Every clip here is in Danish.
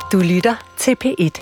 Du lytter til P1.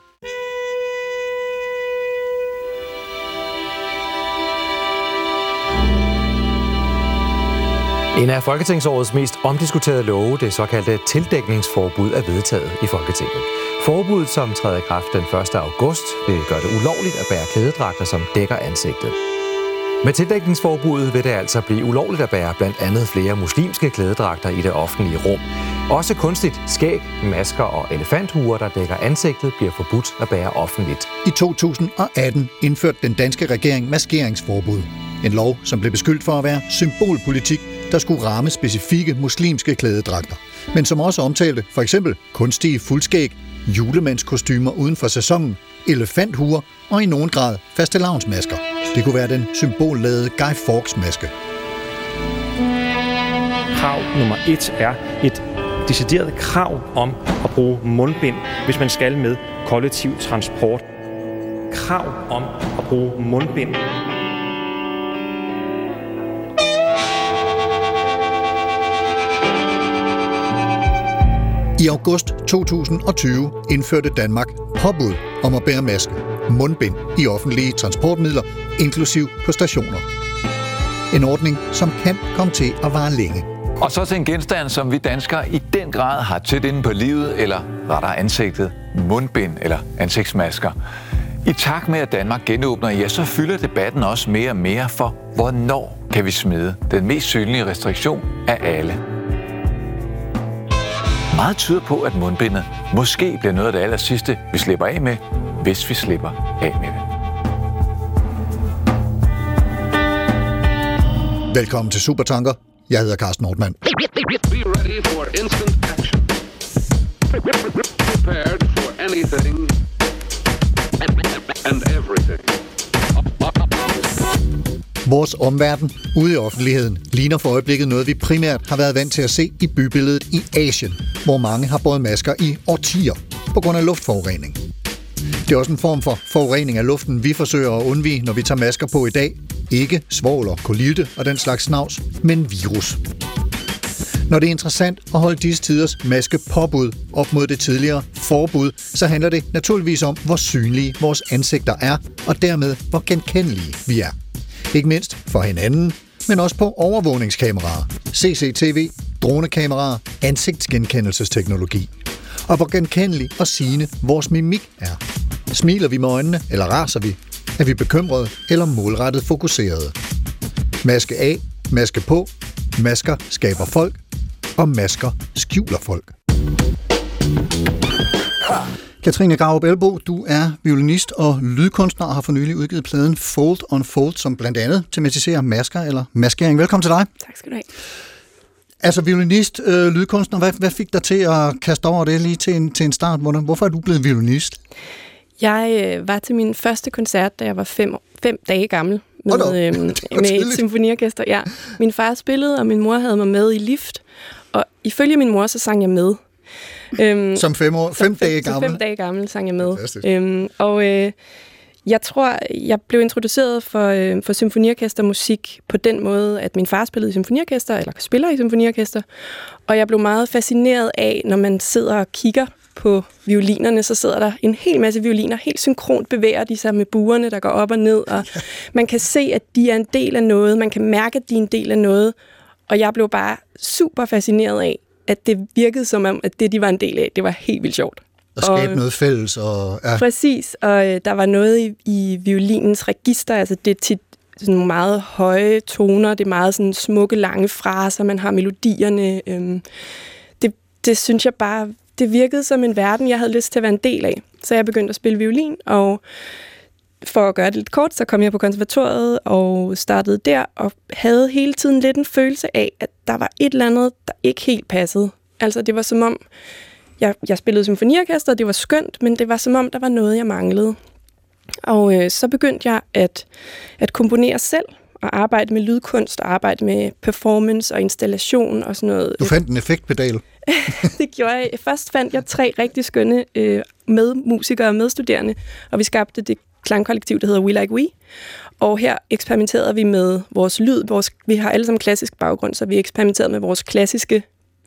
En af Folketingsårets mest omdiskuterede love, det såkaldte tildækningsforbud, er vedtaget i Folketinget. Forbuddet, som træder i kraft den 1. august, vil gøre det ulovligt at bære klædedragter, som dækker ansigtet. Med tildækningsforbuddet vil det altså blive ulovligt at bære blandt andet flere muslimske klædedragter i det offentlige rum. Også kunstigt skæg, masker og elefanthuer, der dækker ansigtet, bliver forbudt at bære offentligt. I 2018 indførte den danske regering maskeringsforbud. En lov, som blev beskyldt for at være symbolpolitik, der skulle ramme specifikke muslimske klædedragter, men som også omtalte for eksempel kunstige fuldskæg, julemandskostymer uden for sæsonen, elefanthuer og i nogen grad fastelavnsmasker. Det kunne være den symbolladede Guy Fawkes-maske. Krav nummer 1 er et decideret krav om at bruge mundbind, hvis man skal med kollektiv transport. Krav om at bruge mundbind. I august 2020 indførte Danmark påbud om at bære maske, mundbind i offentlige transportmidler, inklusiv på stationer. En ordning, som kan komme til at vare længe. Og så til en genstand, som vi danskere i den grad har tæt inde på livet, eller rettere ansigtet, mundbind eller ansigtsmasker. I takt med, at Danmark genåbner, ja, så fylder debatten også mere og mere for, hvornår kan vi smide den mest synlige restriktion af alle. Meget tyder på, at mundbindet måske bliver noget af det aller sidste, vi slipper af med, hvis vi slipper af med det. Velkommen til Supertanker. Jeg hedder Carsten Nordmann. Be ready for instant action. Prepared for anything and everything. Vores omverden ude i offentligheden ligner for øjeblikket noget, vi primært har været vant til at se i bybilledet i Asien, hvor mange har båret masker i årtier på grund af luftforurening. Det er også en form for forurening af luften, vi forsøger at undvige, når vi tager masker på i dag. Ikke svovl og kolilte og den slags snavs, men virus. Når det er interessant at holde disse tiders maskepåbud op mod det tidligere forbud, så handler det naturligvis om, hvor synlige vores ansigter er, og dermed hvor genkendelige vi er. Ikke mindst for hinanden, men også på overvågningskameraer, CCTV, dronekameraer, ansigtsgenkendelsesteknologi. Og hvor genkendelig og sigende vores mimik er. Smiler vi med øjnene, eller raser vi? Er vi bekymrede eller målrettet fokuserede? Maske af, maske på, masker skaber folk, og masker skjuler folk. Katrine Grarup Elbo, du er violinist og lydkunstner og har for nylig udgivet pladen Fold on Fold, som blandt andet tematiserer masker eller maskering. Velkommen til dig. Tak skal du have. Altså violinist, lydkunstner, hvad fik dig til at kaste over det lige til en start? Hvorfor er du blevet violinist? Jeg var til min første koncert, da jeg var 5 dage gammel med et symfoniorkester. Ja. Min far spillede, og min mor havde mig med i lift, og ifølge min mor, så sang jeg med. Som 5 dage gammel? 5 dage gammel sang jeg med. Jeg tror, jeg blev introduceret for symfoniorkestermusik på den måde, at min far spillede i symfoniorkester, eller spiller i symfoniorkester, og jeg blev meget fascineret af, når man sidder og kigger på violinerne, så sidder der en hel masse violiner, helt synkront bevæger de sig med buerne, der går op og ned, og man kan se, at de er en del af noget, man kan mærke, at de er en del af noget, og jeg blev bare super fascineret af, at det virkede som om, at det, de var en del af, det var helt vildt sjovt. Og skabe noget fælles. Ja. Præcis, og der var noget i violinens register, altså det er tit sådan nogle meget høje toner, det er meget sådan smukke, lange fraser, man har melodierne. Det synes jeg bare, det virkede som en verden, jeg havde lyst til at være en del af. Så jeg begyndte at spille violin, og for at gøre det lidt kort, så kom jeg på konservatoriet og startede der, og havde hele tiden lidt en følelse af, at der var et eller andet, der ikke helt passede. Altså det var som om, jeg spillede symfoniorkester, det var skønt, men det var som om, der var noget, jeg manglede. Og så begyndte jeg at komponere selv, og arbejde med lydkunst, og arbejde med performance og installation og sådan noget. Du fandt en effektpedal? Det gjorde jeg. Først fandt jeg 3 rigtig skønne medmusikere og medstuderende, og vi skabte det klangkollektiv, der hedder We Like We. Og her eksperimenterede vi med vores lyd. Vi har alle sammen klassisk baggrund, så vi eksperimenterede med vores klassiske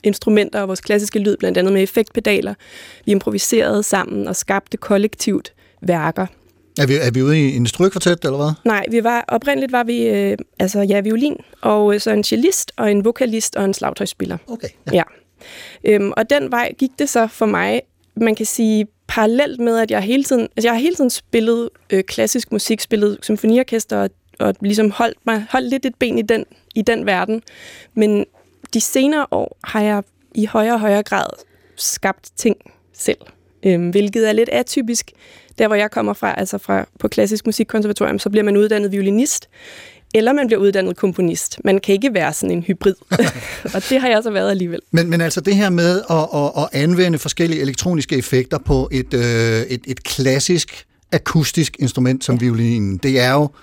instrumenter og vores klassiske lyd, blandt andet med effektpedaler. Vi improviserede sammen og skabte kollektivt værker. Er vi ude i en strygekvartet, eller hvad? Nej, oprindeligt var vi violin, og så en cellist, og en vokalist og en slagtøjsspiller. Okay. Ja. Og den vej gik det så for mig, man kan sige, parallelt med, at jeg har hele tiden spillet klassisk musik, spillet symfoniorkester og ligesom holdt lidt et ben i den verden. Men de senere år har jeg i højere og højere grad skabt ting selv, hvilket er lidt atypisk. Der, hvor jeg kommer fra, altså på klassisk musikkonservatorium, så bliver man uddannet violinist, eller man bliver uddannet komponist. Man kan ikke være sådan en hybrid, og det har jeg så været alligevel. Men altså det her med at anvende forskellige elektroniske effekter på et klassisk akustisk instrument som violinen, det er jo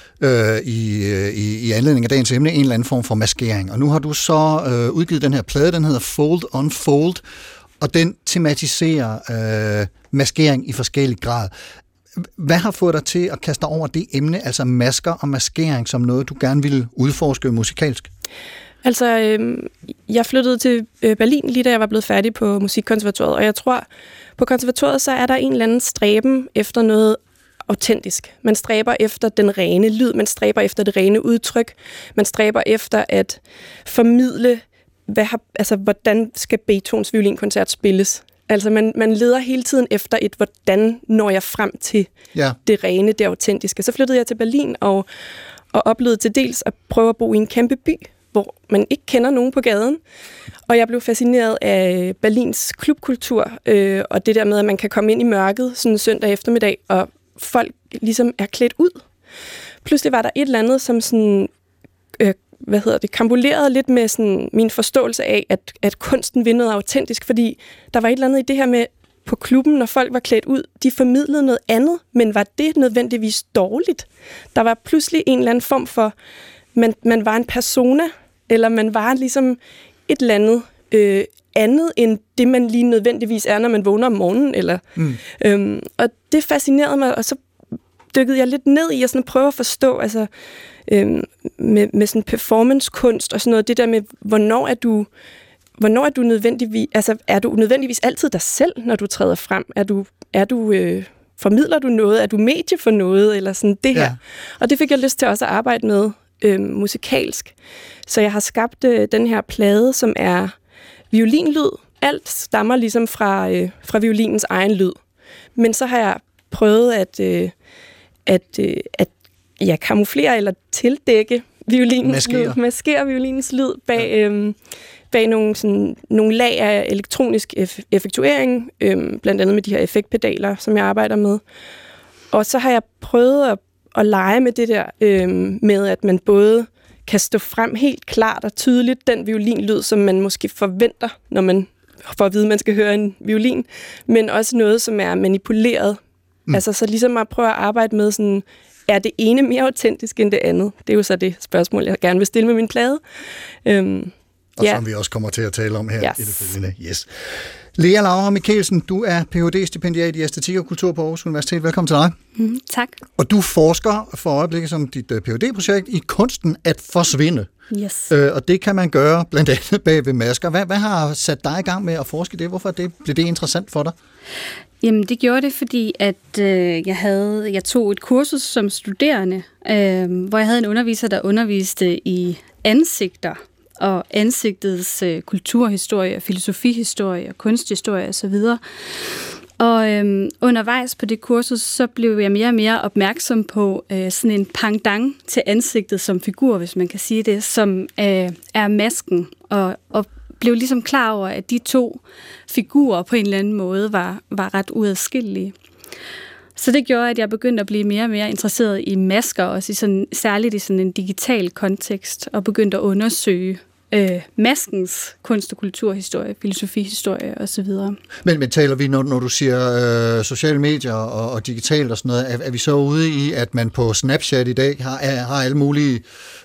i anledning af dagens emne en eller anden form for maskering. Og nu har du så udgivet den her plade, den hedder Fold on Fold, og den tematiserer maskering i forskellig grad. Hvad har fået dig til at kaste over det emne, altså masker og maskering, som noget, du gerne ville udforske musikalsk? Altså, jeg flyttede til Berlin, lige da jeg var blevet færdig på musikkonservatoriet, og jeg tror, på konservatoriet, så er der en eller anden stræben efter noget autentisk. Man stræber efter den rene lyd, man stræber efter det rene udtryk, man stræber efter at formidle, hvordan skal Beethovens violinkoncert spilles. Altså, man leder hele tiden efter hvordan når jeg frem til det rene, det autentiske. Så flyttede jeg til Berlin og oplevede til dels at prøve at bo i en kæmpe by, hvor man ikke kender nogen på gaden. Og jeg blev fascineret af Berlins klubkultur, og det der med, at man kan komme ind i mørket sådan en søndag eftermiddag, og folk ligesom er klædt ud. Pludselig var der et eller andet, som sådan kambulerede lidt med sådan min forståelse af, at kunsten vil noget autentisk, fordi der var et eller andet i det her med, på klubben, når folk var klædt ud, de formidlede noget andet, men var det nødvendigvis dårligt? Der var pludselig en eller anden form for, man var en persona, eller man var ligesom et eller andet andet, end det man lige nødvendigvis er, når man vågner om morgenen. Eller, og det fascinerede mig, og så dykkede jeg lidt ned i at sådan prøve at forstå, altså med sådan performancekunst og sådan noget, det der med, hvornår er du nødvendigvis, altså er du nødvendigvis altid dig selv, når du træder frem? Formidler du noget? Er du medie for noget? Eller sådan det her. Og det fik jeg lyst til også at arbejde med musikalsk. Så jeg har skabt den her plade, som er violinlyd. Alt stammer ligesom fra violinens egen lyd. Men så har jeg prøvet at kamuflere eller tildække violinens lyd. Maskere violinens lyd bag nogle lag af elektronisk effektuering, blandt andet med de her effektpedaler, som jeg arbejder med. Og så har jeg prøvet at lege med det der med, at man både kan stå frem helt klart og tydeligt den violinlyd, som man måske forventer, når man får at vide, at man skal høre en violin, men også noget, som er manipuleret. Altså så ligesom at prøve at arbejde med sådan, er det ene mere autentisk end det andet? Det er jo så det spørgsmål, jeg gerne vil stille med min plade. Og som vi også kommer til at tale om her i det følgende. Yes. Lea Laura Mikkelsen, du er Ph.D.-stipendiat i æstetik og kultur på Aarhus Universitet. Velkommen til dig. Tak. Og du forsker for øjeblikket som dit Ph.D.-projekt i kunsten at forsvinde. Yes. Og det kan man gøre blandt andet bag ved masker. Hvad har sat dig i gang med at forske det? Hvorfor blev det interessant for dig? Jamen, det gjorde det, fordi at jeg tog et kursus som studerende, hvor jeg havde en underviser, der underviste i ansigter og ansigtets kulturhistorie, filosofihistorie, kunsthistorie osv. Og undervejs på det kursus, så blev jeg mere og mere opmærksom på sådan en pendant til ansigtet som figur, hvis man kan sige det, som er masken, og blev ligesom klar over, at de to figurer på en eller anden måde var ret uadskillelige. Så det gjorde, at jeg begyndte at blive mere og mere interesseret i masker, også særligt i sådan en digital kontekst, og begyndte at undersøge maskens kunst- og kulturhistorie, filosofihistorie osv. Men taler vi, når du siger sociale medier og digitalt og sådan noget, er vi så ude i, at man på Snapchat i dag har alle mulige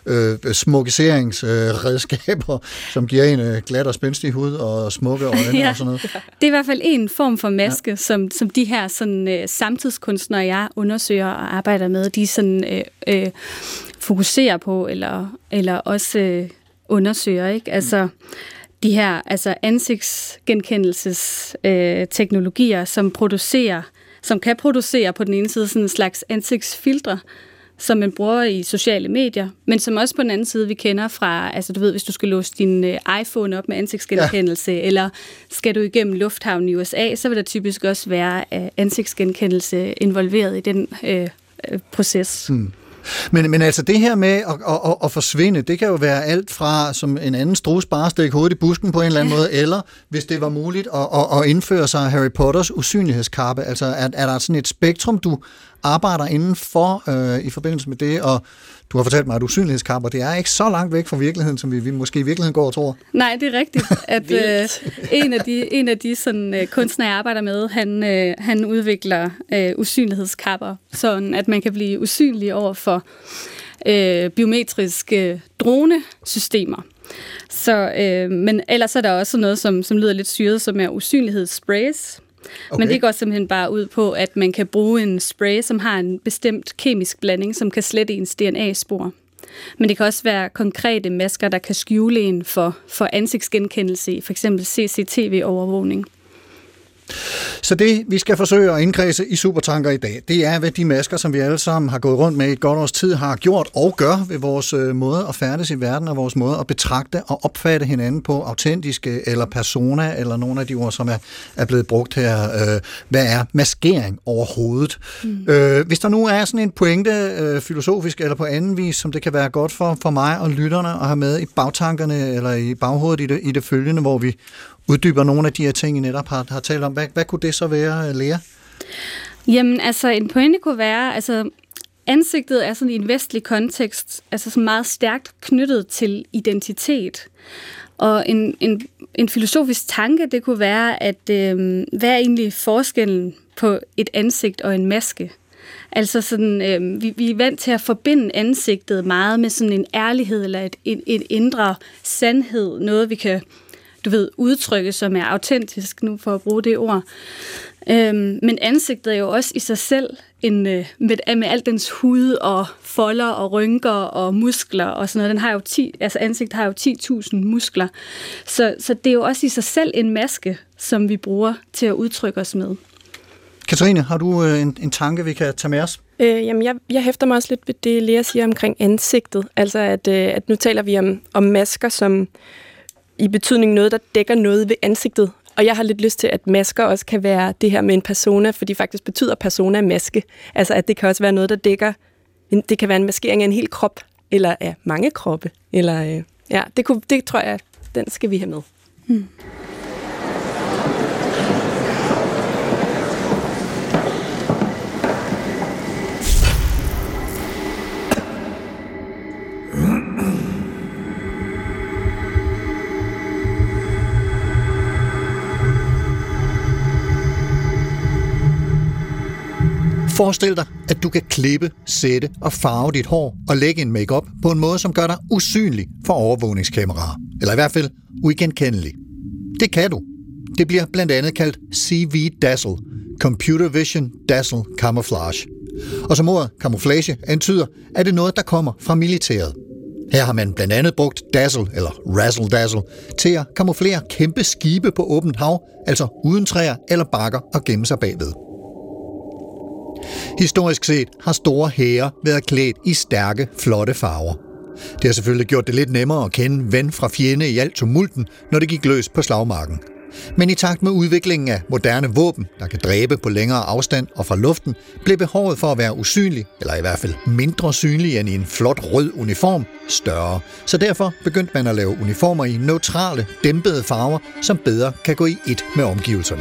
smukkiseringsredskaber, som giver en glat og spændstig hud og smukke øjne og sådan noget? Det er i hvert fald en form for maske, som de her sådan, samtidskunstnere, jeg undersøger og arbejder med, de sådan, fokuserer på, eller også undersøger, ikke? Altså, de her ansigtsgenkendelsesteknologier, som kan producere på den ene side sådan en slags ansigtsfiltre, som man bruger i sociale medier, men som også på den anden side vi kender fra, hvis du skal låse din iPhone op med ansigtsgenkendelse, eller skal du igennem lufthavnen i USA, så vil der typisk også være ansigtsgenkendelse involveret i den proces. Men altså det her med at forsvinde, det kan jo være alt fra som en anden strus bare stikke hovedet i busken på en eller anden måde, eller hvis det var muligt at indføre sig Harry Potters usynlighedskappe. Altså er der sådan et spektrum, du arbejder inden for i forbindelse med det, og du har fortalt mig, at usynlighedskapper, det er ikke så langt væk fra virkeligheden, som vi måske i virkeligheden går og tror. Nej, det er rigtigt, at en af de sådan, kunstnere, jeg arbejder med, han udvikler usynlighedskapper, sådan at man kan blive usynlig over for biometriske dronesystemer. Så, men ellers er der også noget, som lyder lidt syret, som er usynlighedssprays. Okay. Men det går simpelthen bare ud på, at man kan bruge en spray, som har en bestemt kemisk blanding, som kan slette ens DNA-spor. Men det kan også være konkrete masker, der kan skjule en for ansigtsgenkendelse i f.eks. CCTV-overvågning. Så det, vi skal forsøge at indkredse i Supertanker i dag, det er, hvad de masker, som vi alle sammen har gået rundt med i et godt års tid, har gjort og gør ved vores måde at færdes i verden, og vores måde at betragte og opfatte hinanden på, autentiske eller persona, eller nogle af de ord, som er blevet brugt her. Hvad er maskering overhovedet? Hvis der nu er sådan en pointe, filosofisk eller på anden vis, som det kan være godt for mig og lytterne at have med i bagtankerne, eller i baghovedet i det følgende, hvor vi uddyber nogle af de her ting, I netop har talt om. Hvad kunne det så være, Lea? Jamen, en pointe kunne være, ansigtet er sådan i en vestlig kontekst, så meget stærkt knyttet til identitet. Og en filosofisk tanke, det kunne være, at hvad er egentlig forskellen på et ansigt og en maske? Altså sådan, vi er vant til at forbinde ansigtet meget med sådan en ærlighed, eller et indre sandhed, noget vi kan udtrykke, som er autentisk, nu for at bruge det ord. Men ansigtet er jo også i sig selv, med al dens hud og folder og rynker og muskler og sådan noget. Den har jo ansigtet har jo 10.000 muskler. Så det er jo også i sig selv en maske, som vi bruger til at udtrykke os med. Katrine, har du en tanke, vi kan tage med os? Jamen, jeg hæfter mig også lidt ved det, Lea siger omkring ansigtet. Altså, at nu taler vi om masker, som i betydning noget, der dækker noget ved ansigtet. Og jeg har lidt lyst til, at masker også kan være det her med en persona, fordi faktisk betyder persona maske. Altså, at det kan også være noget, der dækker. Det kan være en maskering af en hel krop, eller af mange kroppe. Eller, det tror jeg, den skal vi have med. Forestil dig, at du kan klippe, sætte og farve dit hår og lægge en makeup på en måde, som gør dig usynlig for overvågningskameraer. Eller i hvert fald uigenkendelig. Det kan du. Det bliver blandt andet kaldt CV Dazzle, Computer Vision Dazzle Camouflage. Og som ordet camouflage antyder, er det noget, der kommer fra militæret. Her har man blandt andet brugt dazzle eller razzle-dazzle til at kamuflere kæmpe skibe på åbent hav, altså uden træer eller bakker at gemme sig bagved. Historisk set har store hære været klædt i stærke, flotte farver. Det har selvfølgelig gjort det lidt nemmere at kende ven fra fjende i al tumulten, når det gik løs på slagmarken. Men i takt med udviklingen af moderne våben, der kan dræbe på længere afstand og fra luften, blev behovet for at være usynlig, eller i hvert fald mindre synlig end i en flot rød uniform, større. Så derfor begyndte man at lave uniformer i neutrale, dæmpede farver, som bedre kan gå i ét med omgivelserne.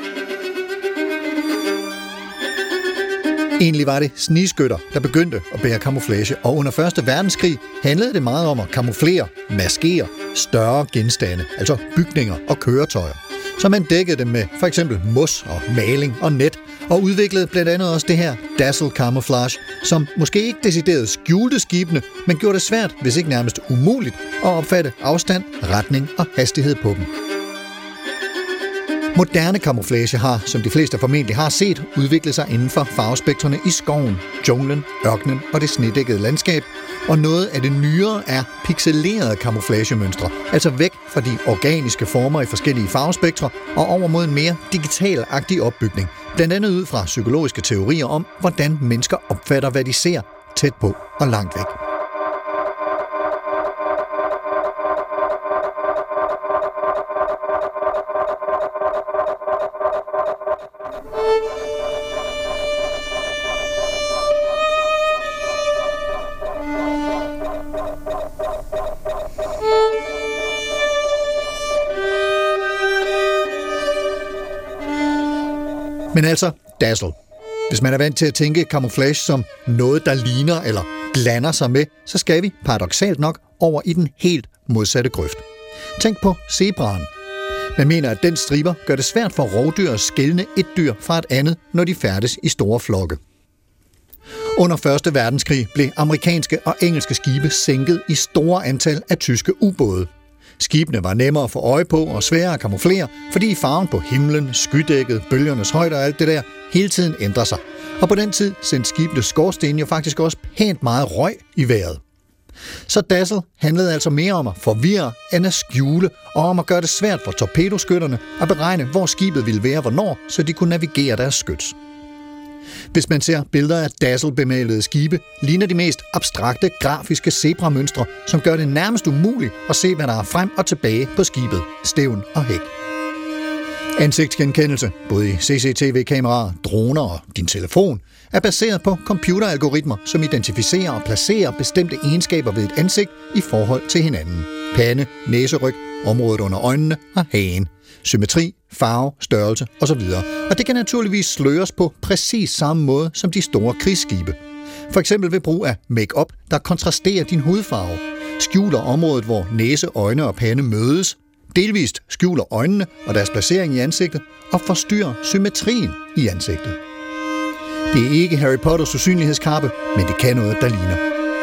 Egentlig var det snigskytter, der begyndte at bære camouflage, og under 1. verdenskrig handlede det meget om at kamuflere, maskere større genstande, altså bygninger og køretøjer. Så man dækkede dem med for eksempel mos og maling og net, og udviklede blandt andet også det her dazzle camouflage, som måske ikke decideret skjulte skibene, men gjorde det svært, hvis ikke nærmest umuligt, at opfatte afstand, retning og hastighed på dem. Moderne camouflage har, som de fleste formentlig har set, udviklet sig inden for farvespektrene i skoven, junglen, ørkenen og det snedækkede landskab, og noget af det nyere er pixelerede camouflagemønstre, altså væk fra fra de organiske former i forskellige farvespektre og over mod en mere digital-agtig opbygning, blandt andet ud fra psykologiske teorier om, hvordan mennesker opfatter, hvad de ser tæt på og langt væk. Men altså, dazzle. Hvis man er vant til at tænke camouflage som noget, der ligner eller blander sig med, så skal vi, paradoksalt nok, over i den helt modsatte grøft. Tænk på zebraen. Man mener, at den striber gør det svært for rovdyr at skelne et dyr fra et andet, når de færdes i store flokke. Under 1. verdenskrig blev amerikanske og engelske skibe sænket i store antal af tyske ubåde. Skibene var nemmere at få øje på og sværere at kamuflere, fordi farven på himlen, skydækket, bølgernes højde og alt det der hele tiden ændrer sig. Og på den tid sendte skibenes skorsten jo faktisk også pænt meget røg i vejret. Så dazzle handlede altså mere om at forvirre end at skjule, og om at gøre det svært for torpedoskytterne at beregne, hvor skibet ville være hvornår, så de kunne navigere deres skyts. Hvis man ser billeder af dazzle-bemalede skibe, ligner de mest abstrakte grafiske zebramønstre, som gør det nærmest umuligt at se, hvad der er frem og tilbage på skibet, stævn og hæk. Ansigtsgenkendelse, både i CCTV-kameraer, droner og din telefon, er baseret på computeralgoritmer, som identificerer og placerer bestemte egenskaber ved et ansigt i forhold til hinanden. Pande, næseryg, området under øjnene og hagen. Symmetri, farve, størrelse osv. Og det kan naturligvis sløres på præcis samme måde som de store krigsskibe. For eksempel ved brug af make-up, der kontrasterer din hudfarve, skjuler området, hvor næse, øjne og pande mødes, delvist skjuler øjnene og deres placering i ansigtet, og forstyrrer symmetrien i ansigtet. Det er ikke Harry Potters usynlighedskappe, men det kan noget, der ligner.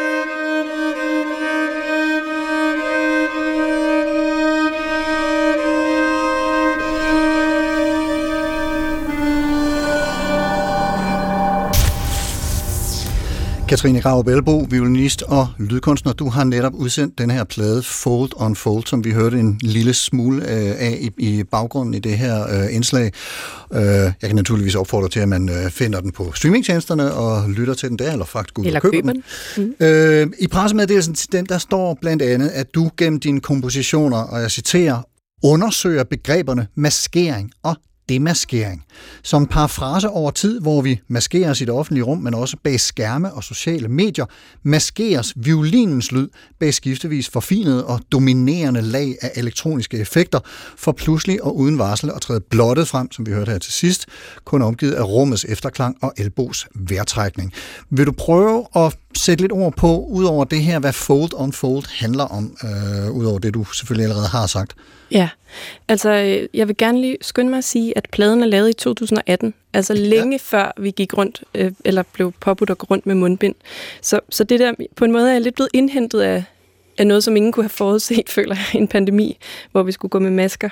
Katrine Grarup Elbo, violinist og lydkunstner. Du har netop udsendt den her plade Fold on Fold, som vi hørte en lille smule af i baggrunden i det her indslag. Jeg kan naturligvis opfordre til, at man finder den på streamingtjenesterne og lytter til den der, eller faktisk ud og køber den. I pressemeddelelsen til den, der står blandt andet, at du gennem dine kompositioner, og jeg citerer, undersøger begreberne maskering og demaskering. Som en parafrase over tid, hvor vi maskerer os i det offentlige rum, men også bag skærme og sociale medier, maskeres violinens lyd bag skiftevis forfinede og dominerende lag af elektroniske effekter, for pludselig og uden varsel at træde blottet frem, som vi hørte her til sidst, kun omgivet af rummets efterklang og Elbos vejrtrækning. Vil du prøve at sætte lidt ord på, ud over det her, hvad Fold on Fold handler om, ud over det, du selvfølgelig allerede har sagt? Ja, altså jeg vil gerne lige skynde mig at sige, at pladen er lavet i 2018, altså længe før vi gik rundt, eller blev påbudt at gå rundt med mundbind. Så det der, på en måde er jeg lidt blevet indhentet af noget, som ingen kunne have forudset, føler jeg, en pandemi, hvor vi skulle gå med masker.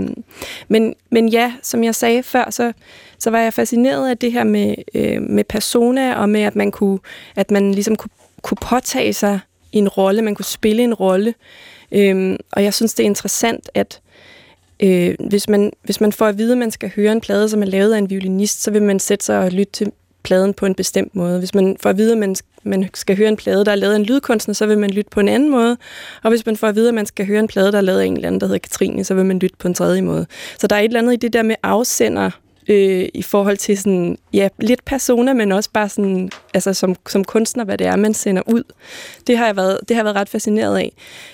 Men ja, som jeg sagde før, så var jeg fascineret af det her med persona, og med, at man ligesom kunne påtage sig en rolle, man kunne spille en rolle. Og jeg synes, det er interessant, at hvis man får at vide, at man skal høre en plade, som er lavet af en violinist, så vil man sætte sig og lytte til pladen på en bestemt måde. Hvis man får at vide, at man skal høre en plade, der er lavet af en lydkunstner, så vil man lytte på en anden måde. Og hvis man får at vide, at man skal høre en plade, der er lavet af en eller anden, der hedder Katrine, så vil man lytte på en tredje måde. Så der er et eller andet i det der med afsender, i forhold til sådan, ja, lidt persona, men også bare sådan, altså som kunstner, hvad det er, man sender ud. Det har jeg været ret fascineret af.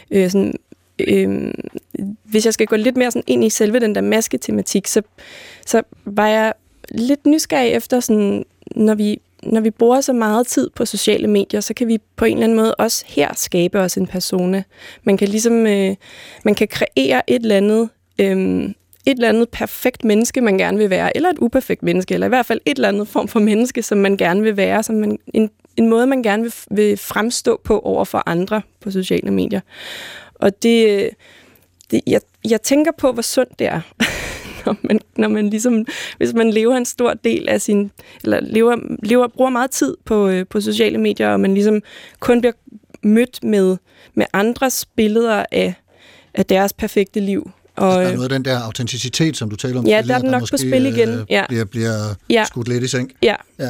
Hvis jeg skal gå lidt mere sådan ind i selve den der masketematik, så var jeg lidt nysgerrig efter sådan, når vi bruger så meget tid på sociale medier, så kan vi på en eller anden måde også her skabe os en persona. Man kan ligesom, man kan kreere et eller andet perfekt menneske, man gerne vil være, eller et uperfekt menneske, eller i hvert fald et eller andet form for menneske, som man gerne vil være, som en måde, man gerne vil fremstå på over for andre på sociale medier. Og jeg tænker på, hvor sundt det er, når man ligesom, hvis man lever en stor del af sin, eller bruger meget tid på sociale medier, og man ligesom kun bliver mødt med andres billeder deres perfekte liv. Og, der er noget af den der autenticitet, som du taler om. Ja, der er den nok på spil igen. Bliver skudt lidt i sænk. Ja.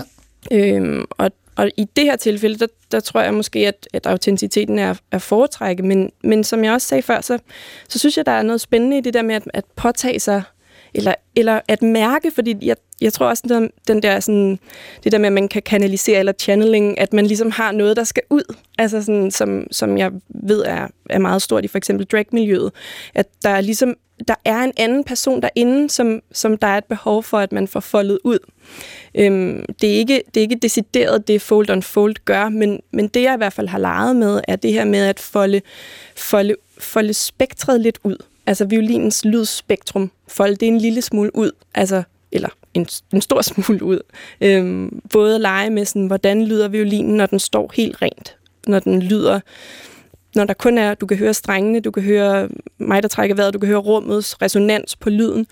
Og i det her tilfælde, der tror jeg måske, at autenticiteten er foretrækket, men som jeg også sagde før, så synes jeg, der er noget spændende i det der med at påtage sig, eller at mærke, fordi jeg tror også, den der sådan, det der med, at man kan kanalisere eller channeling, at man ligesom har noget, der skal ud, altså sådan, som jeg ved er meget stort i for eksempel drag-miljøet, at der er ligesom, der er en anden person derinde, som der er et behov for, at man får foldet ud. Det er ikke decideret det Fold on Fold gør, men det jeg i hvert fald har leget med, er det her med at folde spektret lidt ud. Altså violinens lydspektrum, folde det en lille smule ud, altså, eller en stor smule ud. Både at lege med sådan, hvordan lyder violinen, når den står helt rent. Når der kun er, du kan høre strengene, du kan høre mig, der trækker vejret, du kan høre rummets resonans på lyden.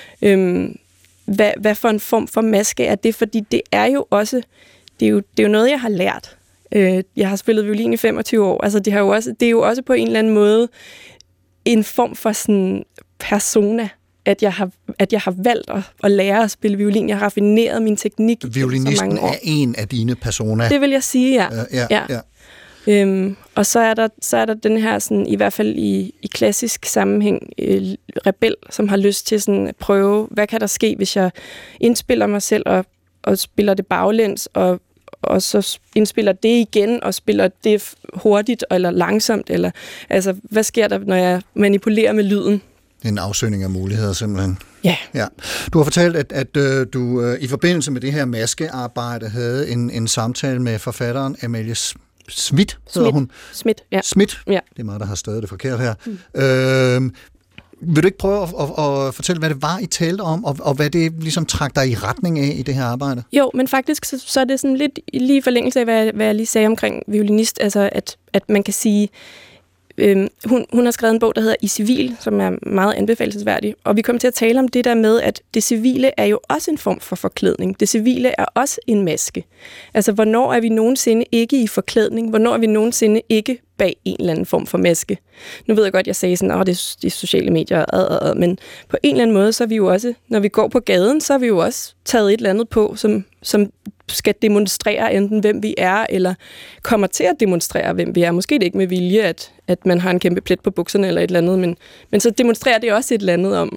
Hvad for en form for maske er det? Fordi det er jo også, det er jo noget, jeg har lært. Jeg har spillet violin i 25 år. Altså, det er jo også på en eller anden måde en form for sådan persona, at jeg har valgt at lære at spille violin. Jeg har raffineret min teknik. Violinisten så mange år. Er en af dine personer. Det vil jeg sige, ja. Og så er der den her, sådan, i hvert fald i klassisk sammenhæng, rebel, som har lyst til sådan at prøve, hvad kan der ske, hvis jeg indspiller mig selv og spiller det baglæns, og så indspiller det igen, og spiller det hurtigt eller langsomt, eller altså, hvad sker der, når jeg manipulerer med lyden? En afsøgning af muligheder, simpelthen. Ja. Du har fortalt, at du i forbindelse med det her maskearbejde havde en samtale med forfatteren Amalie Schmidt, hedder hun. Schmidt, ja. Schmidt. Ja. Det er mig, der har stadig det forkert her. Vil du ikke prøve at fortælle, hvad det var, I talte om, og hvad det ligesom trak dig i retning af i det her arbejde? Jo, men faktisk så er det sådan lidt lige i forlængelse af, hvad jeg lige sagde omkring violinist, altså at man kan sige, hun har skrevet en bog, der hedder I Civil, som er meget anbefalelsesværdig, og vi kommer til at tale om det der med, at det civile er jo også en form for forklædning. Det civile er også en maske. Altså, hvornår er vi nogensinde ikke i forklædning? Hvornår er vi nogensinde ikke bag en eller anden form for maske? Nu ved jeg godt, jeg sagde sådan, det er sociale medier, men på en eller anden måde, så er vi jo også, når vi går på gaden, så er vi jo også taget et eller andet på, som skal demonstrere enten, hvem vi er, eller kommer til at demonstrere, hvem vi er. Måske det ikke med vilje, at man har en kæmpe plet på bukserne eller et eller andet, men så demonstrerer det også et eller andet om.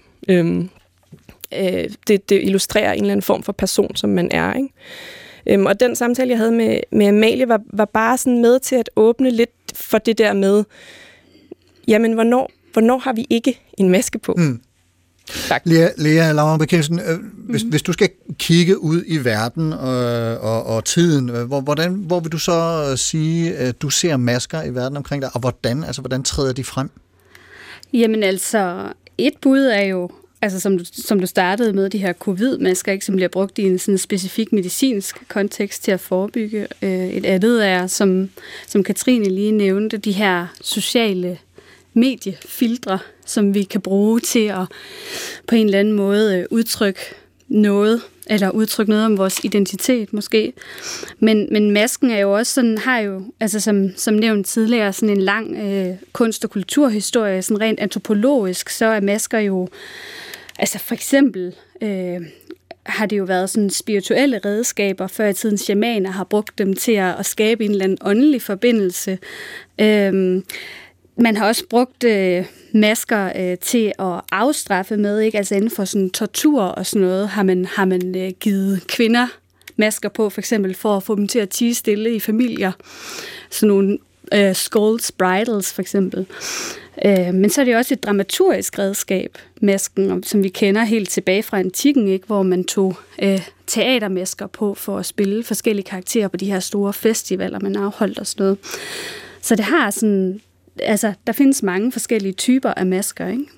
Det illustrerer en eller anden form for person, som man er, ikke? Og den samtale, jeg havde med Amalie, var bare sådan med til at åbne lidt for det der med, jamen, hvornår har vi ikke en maske på? Tak. Lea Lauren-Bekkelsen, hvis du skal kigge ud i verden og tiden, hvor vil du så sige, at du ser masker i verden omkring dig, og hvordan træder de frem? Jamen altså, et bud er jo, altså som du startede med, de her covid-masker, ikke, som bliver brugt i en sådan specifik medicinsk kontekst til at forebygge. Et andet er, som Katrine lige nævnte, de her sociale mediefiltre, som vi kan bruge til at på en eller anden måde udtrykke noget om vores identitet måske. Men masken er jo også sådan, har jo, altså som nævnt tidligere, sådan en lang kunst- og kulturhistorie, sådan rent antropologisk, så er masker jo, altså for eksempel har det jo været sådan spirituelle redskaber, før i tiden shamaner har brugt dem til at skabe en eller anden åndelig forbindelse. Man har også brugt masker til at afstraffe med, ikke? Altså inden for sådan tortur og sådan noget, har man givet kvinder masker på, for eksempel for at få dem til at tie stille i familier. Sådan nogle skulls bridals for eksempel. Men så er det også et dramaturgisk redskab, masken, som vi kender helt tilbage fra antikken, ikke? Hvor man tog teatermasker på for at spille forskellige karakterer på de her store festivaler, man afholdt og sådan noget. Så det har sådan, altså der findes mange forskellige typer af masker, ikke?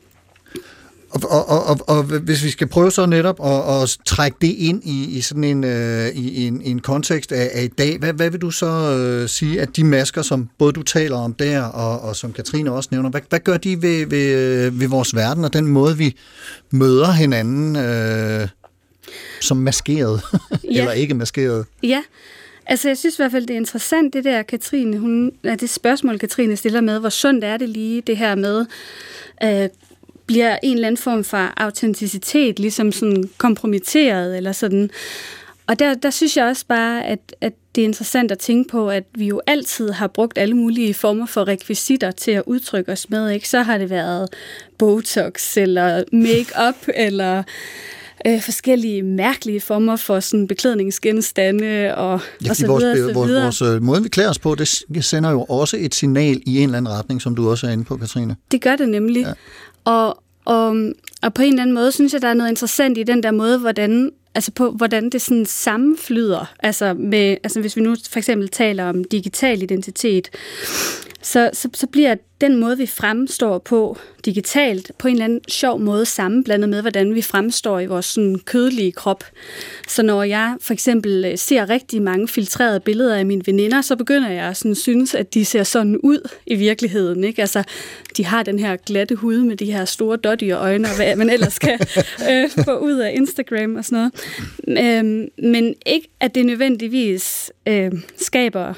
Og hvis vi skal prøve så netop at trække det ind i sådan en kontekst af i dag, hvad vil du så sige, at de masker, som både du taler om der, og som Katrine også nævner, hvad gør de ved vores verden, og den måde, vi møder hinanden som maskeret, eller ikke maskeret? Ja, Altså, jeg synes i hvert fald, det er interessant, det der, det spørgsmål, Katrine stiller med, hvor sundt er det lige, det her med, bliver en eller anden form for autenticitet ligesom sådan kompromitteret, eller sådan. Og der synes jeg også bare, at det er interessant at tænke på, at vi jo altid har brugt alle mulige former for rekvisitter til at udtrykke os med, ikke? Så har det været Botox, eller make-up, eller forskellige mærkelige former for sådan beklædningsgenstande og så videre. Vores måde, vi klæder os på, det sender jo også et signal i en eller anden retning, som du også er inde på, Katrine. Det gør det nemlig. Ja. Og på en eller anden måde, synes jeg, der er noget interessant i den der måde, hvordan det sådan sammenflyder. Altså hvis vi nu for eksempel taler om digital identitet, så bliver den måde, vi fremstår på digitalt, på en eller anden sjov måde sammenblandet med, hvordan vi fremstår i vores sådan kødelige krop. Så når jeg for eksempel ser rigtig mange filtrerede billeder af mine veninder, så begynder jeg sådan synes, at de ser sådan ud i virkeligheden. Ikke? Altså, de har den her glatte hud med de her store dottige øjne, og hvad man ellers kan få ud af Instagram og sådan noget. Men ikke, at det nødvendigvis skaber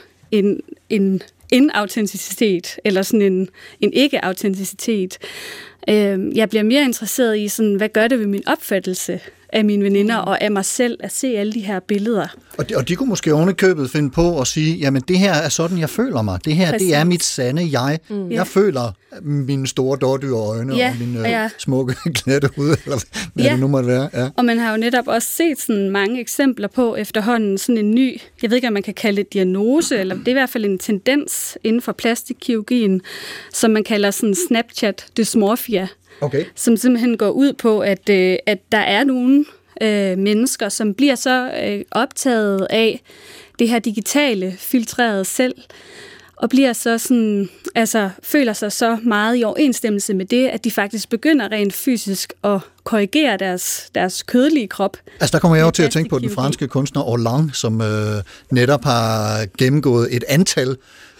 en autenticitet, eller sådan en ikke-autenticitet. Jeg bliver mere interesseret i, sådan, hvad gør det ved min opfattelse af mine veninder og af mig selv, at se alle de her billeder. Og de kunne måske ovenikøbet finde på at sige, jamen det her er sådan, jeg føler mig. Det her, det er mit sande jeg. Jeg føler mine store dårdyre øjne og mine smukke glatte hud, eller hvad det nu måtte være. Ja. Og man har jo netop også set sådan mange eksempler på efterhånden sådan en ny, jeg ved ikke, om man kan kalde det diagnose, eller det er i hvert fald en tendens inden for plastikkirurgien, som man kalder sådan Snapchat dysmorphia. Okay. Som simpelthen går ud på, at der er nogle mennesker, som bliver så optaget af det her digitale, filtrerede selv, og bliver så sådan, føler sig så meget i overensstemmelse med det, at de faktisk begynder rent fysisk at korrigere deres kødelige krop. Altså der kommer jeg jo til at tænke på den franske kunstner Orlan, som netop har gennemgået et antal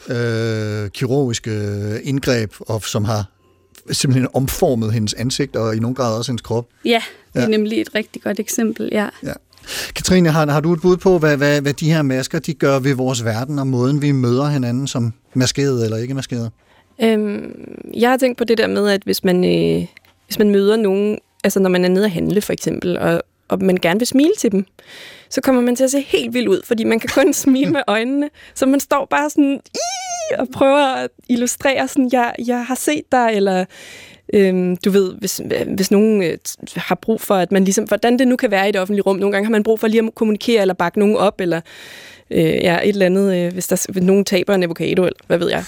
kirurgiske indgreb, og som har simpelthen omformet hendes ansigt og i nogen grad også hendes krop. Ja, det er nemlig et rigtig godt eksempel, ja. Katrine, har du et bud på, hvad de her masker de gør ved vores verden og måden, vi møder hinanden som maskeret eller ikke maskeret? Jeg har tænkt på det der med, at hvis man møder nogen, altså når man er nede at handle for eksempel, og man gerne vil smile til dem, så kommer man til at se helt vildt ud, fordi man kan kun smile med øjnene, så man står bare sådan og prøver at illustrere sådan, jeg har set dig, eller du ved, hvis nogen har brug for, at man ligesom, hvordan det nu kan være i det offentlige rum, nogle gange har man brug for lige at kommunikere, eller bakke nogen op, eller et eller andet, hvis nogen taber en avocado, eller hvad ved jeg.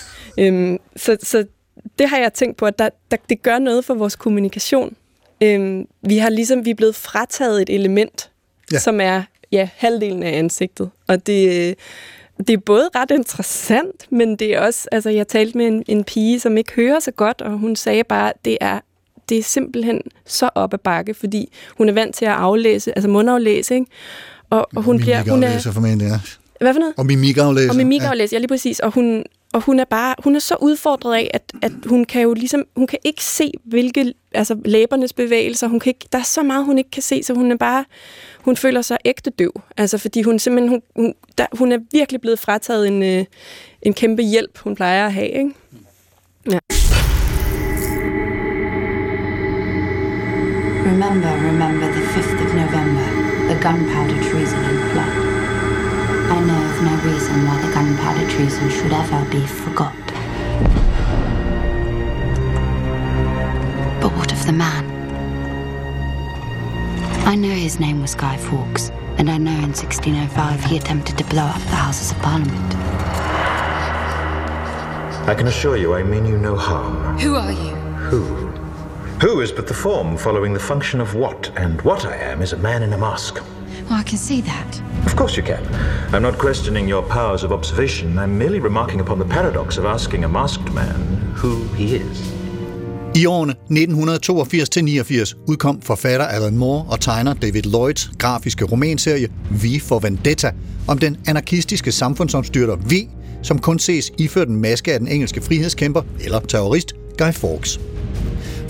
Så det har jeg tænkt på, at det gør noget for vores kommunikation. Vi er blevet frataget et element, som er halvdelen af ansigtet, og det er både ret interessant, men det er også, altså jeg talte med en pige, som ikke hører så godt, og hun sagde bare, det er simpelthen så op ad bakke, fordi hun er vant til at aflæse, altså mundaflæse, ikke? Og hun er formentlig, ja. Hvad for noget? Og mimikaflæse. Og mimikaflæse, ja lige præcis. Og hun er så udfordret af, at hun kan jo ligesom, hun kan ikke se, hvilke, altså læbernes bevægelser, der er så meget, hun ikke kan se, så hun føler sig ægte døv. Altså fordi hun simpelthen, hun er virkelig blevet frataget en kæmpe hjælp, hun plejer at have, ikke? Ja. Remember the 5th of November, the gunpowder treason and plot. I know of no reason why the gunpowder treason should ever be forgot. But what of the man? I know his name was Guy Fawkes, and I know in 1605 he attempted to blow up the Houses of Parliament. I can assure you I mean you no harm. Who are you? Who is but the form following the function of what, and what I am is a man in a mask. Well, I can see that. Of course you can. I'm not questioning your powers of observation. I'm merely remarking upon the paradox of asking a masked man who he is. I årene 1982-89 udkom forfatter Alan Moore og tegner David Lloyds grafiske romanserie V for Vendetta om den anarkistiske samfundsomstyrter V, som kun ses iført en maske af den engelske frihedskæmper eller terrorist Guy Fawkes.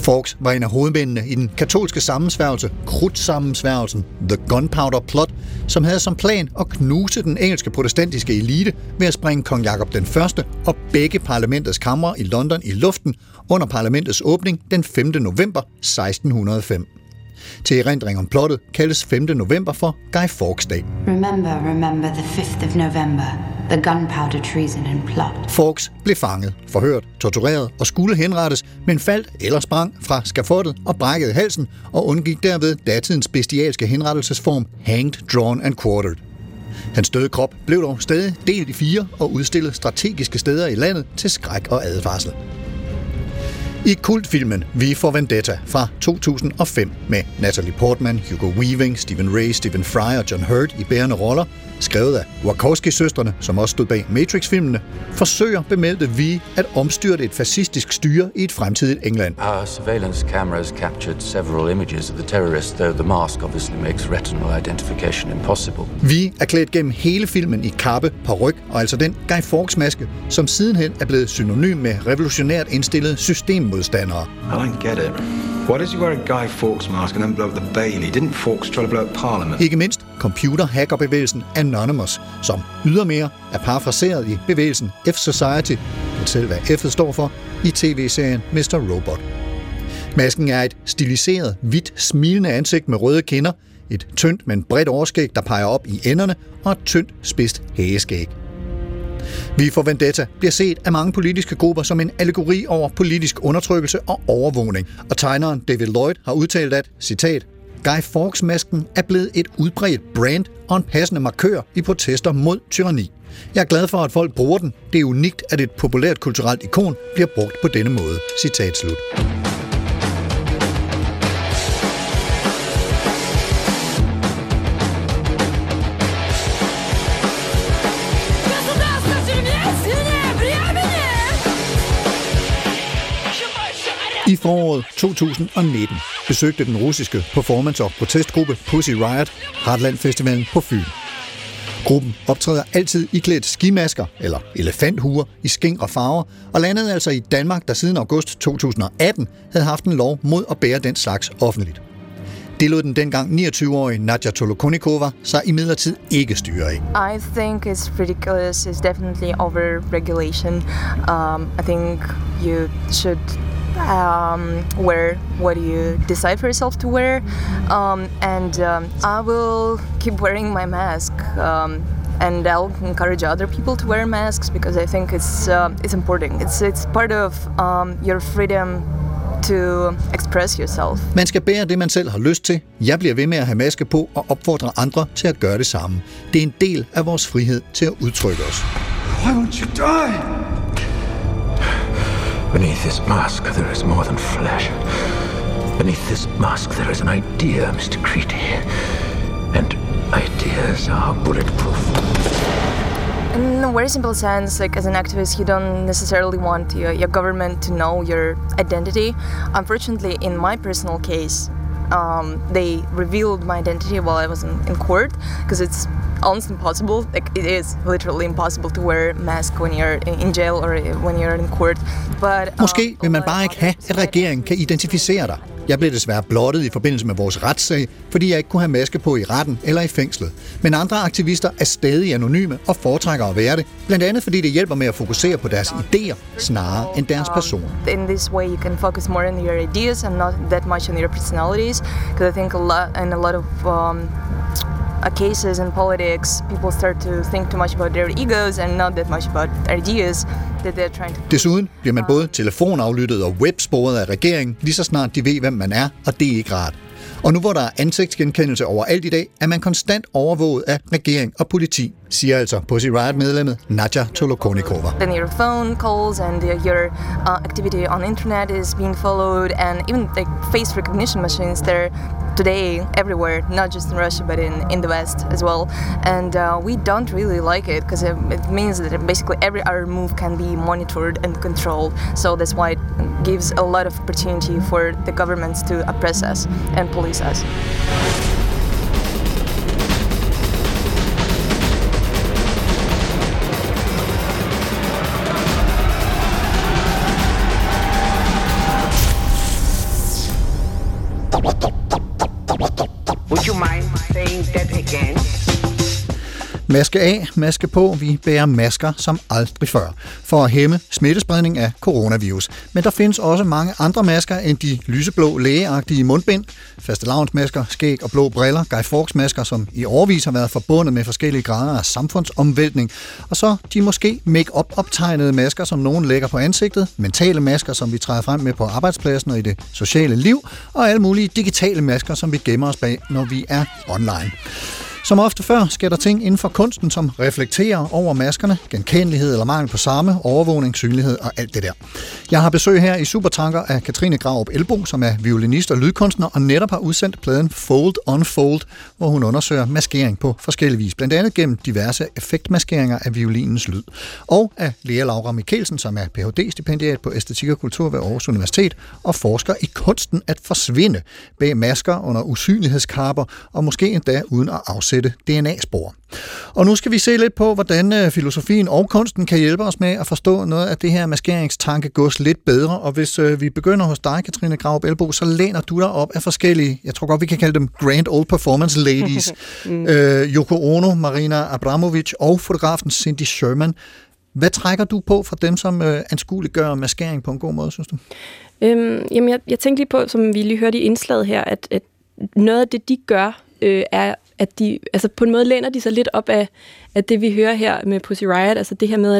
Fawkes var en af hovedmændene i den katolske sammensværgelse, krudtsammensværgelsen, The Gunpowder Plot, som havde som plan at knuse den engelske protestantiske elite ved at springe kong Jakob den 1. og begge parlamentets kamre i London i luften under parlamentets åbning den 5. november 1605. Til erindring om plottet kaldes 5. november for Guy Fawkes Dag. Remember the 5th of November, the gunpowder treason and plot. Fawkes blev fanget, forhørt, tortureret og skulle henrettes, men faldt eller sprang fra skafottet og brækkede halsen og undgik derved datidens bestialske henrettelsesform hanged, drawn and quartered. Hans døde krop blev dog stadig delt i 4 og udstillet strategiske steder i landet til skræk og advarsel. I kultfilmen V for Vendetta fra 2005 med Natalie Portman, Hugo Weaving, Stephen Ray, Stephen Fry og John Hurt i bærende roller, skrevet af Wachowski-søstrene, som også stod bag Matrix-filmene, forsøger bemeldte V at omstyrte et fascistisk styre i et fremtidigt England. Our surveillance cameras captured several images of the terrorists, though the mask obviously makes retinal identification impossible. V er klædt gennem hele filmen i kappe, paryk og altså den Guy Fawkes-maske, som sidenhen er blevet synonym med revolutionært indstillede systemmodstandere. I don't get it. Why does he wear a Guy Fawkes mask and then blow up the Bailey? Didn't Fawkes try to blow up Parliament? Ikke mindst computer-hackerbevægelsen Anonymous, som ydermere er parafraseret i bevægelsen F-Society, men selv hvad F'et står for, i tv-serien Mr. Robot. Masken er et stiliseret, hvidt, smilende ansigt med røde kinder, et tyndt, men bredt overskæg, der peger op i enderne, og et tyndt, spidst hageskæg. V for Vendetta bliver set af mange politiske grupper som en allegori over politisk undertrykkelse og overvågning, og tegneren David Lloyd har udtalt at, citat, Guy Fawkes-masken er blevet et udbredt brand og en passende markør i protester mod tyranni. Jeg er glad for, at folk bruger den. Det er unikt, at et populært kulturelt ikon bliver brugt på denne måde. Citat slut. I foråret 2019 besøgte den russiske performance- og protestgruppe Pussy Riot Heartland Festivalen på Fyn. Gruppen optræder altid iklædt skimasker eller elefanthuer i skingre farver og landede altså i Danmark, der siden august 2018 havde haft en lov mod at bære den slags offentligt. Det lod den dengang 29-årige Nadja Tolokonikova sig imidlertid ikke styre af. I think it's ridiculous. It's definitely over-regulation. I think you should wear what you decide for yourself to wear, and I will keep wearing my mask, and I'll encourage other people to wear masks because I think it's important. It's part of your freedom to express yourself. Man skal bære det, man selv har lyst til. Jeg bliver ved med at have maske på og opfordre andre til at gøre det samme. Det er en del af vores frihed til at udtrykke os. Why won't you die? Beneath this mask, there is more than flesh. Beneath this mask, there is an idea, Mr. Creedy. And ideas are bulletproof. In a very simple sense, like as an activist, you don't necessarily want your government to know your identity. Unfortunately, in my personal case, they revealed my identity while I was in court, because it's almost impossible. Like it is literally impossible to wear a mask when you're in jail or when you're in court. But måske vil man bare ikke have, at regeringen kan identificere dig. Jeg blev desværre blottet i forbindelse med vores retssag, fordi jeg ikke kunne have maske på i retten eller i fængslet. Men andre aktivister er stadig anonyme og foretrækker at være det, blandt andet fordi det hjælper med at fokusere på deres idéer snarere end deres person. In this way you can focus more on your ideas and not that much on your personalities, because I think a lot of cases in politics, people start to think too much about their egos and not that much about ideas that they're trying to... Desuden bliver man både telefonaflyttet og websporet af regeringen, lige så snart de ved, hvem man er, og det er ikke rart. Og nu hvor der er ansigtsgenkendelse overalt i dag, er man konstant overvåget af regering og politi, siger altså Pussy Riot-medlemmet Nadja Tolokonikova. Then your phone calls and your activity on internet is being followed, and even like face recognition machines, they're today everywhere, not just in Russia but in the West as well. And we don't really like it because it means that basically every our move can be monitored and controlled. So that's why it gives a lot of opportunity for the governments to oppress us and police us. Would you mind saying that again? Maske af, maske på. Vi bærer masker som aldrig før for at hæmme smittespredning af coronavirus. Men der findes også mange andre masker end de lyseblå lægeagtige mundbind, fastelavnsmasker, skæg og blå briller, Guy Fawkes-masker, som i årevis har været forbundet med forskellige grader af samfundsomvæltning, og så de måske make-up-optegnede masker, som nogen lægger på ansigtet, mentale masker, som vi træder frem med på arbejdspladsen og i det sociale liv, og alle mulige digitale masker, som vi gemmer os bag, når vi er online. Som ofte før sker der ting inden for kunsten, som reflekterer over maskerne, genkendelighed eller mangel på samme, overvågning, synlighed og alt det der. Jeg har besøg her i Supertanker af Katrine Graup Elbo, som er violinist og lydkunstner, og netop har udsendt pladen Fold on Fold, hvor hun undersøger maskering på forskellige vis, blandt andet gennem diverse effektmaskeringer af violinens lyd. Og af Lea Laura Mikkelsen, som er Ph.D.-stipendiat på Æstetik og Kultur ved Aarhus Universitet, og forsker i kunsten at forsvinde bag masker under usynlighedskarper, og måske endda uden at afsætte DNA-spor. Og nu skal vi se lidt på, hvordan filosofien og kunsten kan hjælpe os med at forstå noget af det her maskeringstankegods lidt bedre. Og hvis vi begynder hos dig, Katrine Graup Elbo, så læner du dig op af forskellige, jeg tror godt, vi kan kalde dem Grand Old Performance Ladies. Yoko Ono, Marina Abramovic og fotografen Cindy Sherman. Hvad trækker du på fra dem, som anskueliggør maskering på en god måde, synes du? Jamen, jeg tænkte lige på, som vi lige hørte i indslaget her, at noget af det, de gør, er, at de, altså på en måde læner de sig lidt op af det, vi hører her med Pussy Riot, altså det her med,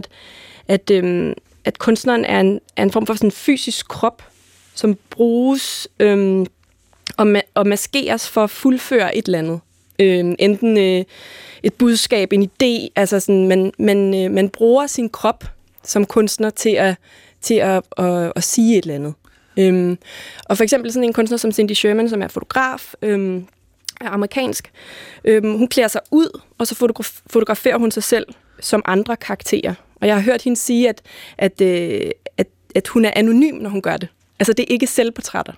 at kunstneren er en form for sådan en fysisk krop, som bruges og maskeres for at fuldføre et eller andet. Enten et budskab, en idé, altså sådan, man bruger sin krop som kunstner til at sige et eller andet. Og for eksempel sådan en kunstner som Cindy Sherman, som er fotograf, er amerikansk. Hun klæder sig ud, og så fotograferer hun sig selv som andre karakterer. Og jeg har hørt hende sige, at hun er anonym, når hun gør det. Altså, det er ikke selvportrætter.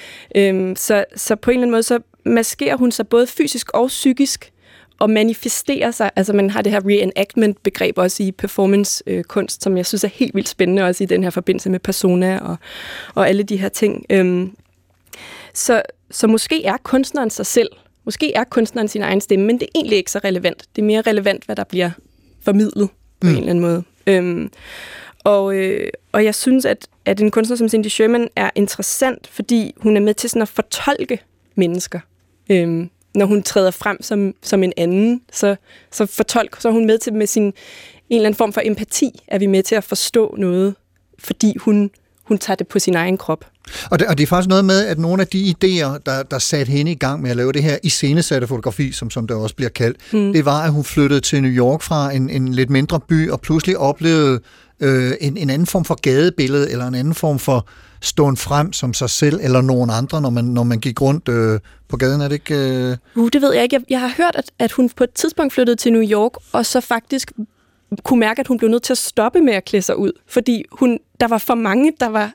Så på en eller anden måde, så maskerer hun sig både fysisk og psykisk, og manifesterer sig. Altså, man har det her reenactment-begreb også i performance-kunst, som jeg synes er helt vildt spændende, også i den her forbindelse med persona og alle de her ting. Så måske er kunstneren sig selv. Måske er kunstneren sin egen stemme, men det er egentlig ikke så relevant. Det er mere relevant, hvad der bliver formidlet på en eller anden måde. Og jeg synes, at en kunstner som Cindy Sherman er interessant, fordi hun er med til sådan at fortolke mennesker. Når hun træder frem som en anden, så er hun med til med sin en eller anden form for empati, er vi med til at forstå noget, fordi hun tager det på sin egen krop. Og det er faktisk noget med, at nogle af de idéer, der satte hende i gang med at lave det her iscenesatte fotografi, som det også bliver kaldt, det var, at hun flyttede til New York fra en lidt mindre by, og pludselig oplevede en anden form for gadebillede, eller en anden form for ståen frem som sig selv, eller nogen andre, når man gik rundt på gaden, er det ikke? Det ved jeg ikke. Jeg har hørt, at hun på et tidspunkt flyttede til New York, og så faktisk kunne mærke, at hun blev nødt til at stoppe med at klæde sig ud, fordi der var for mange,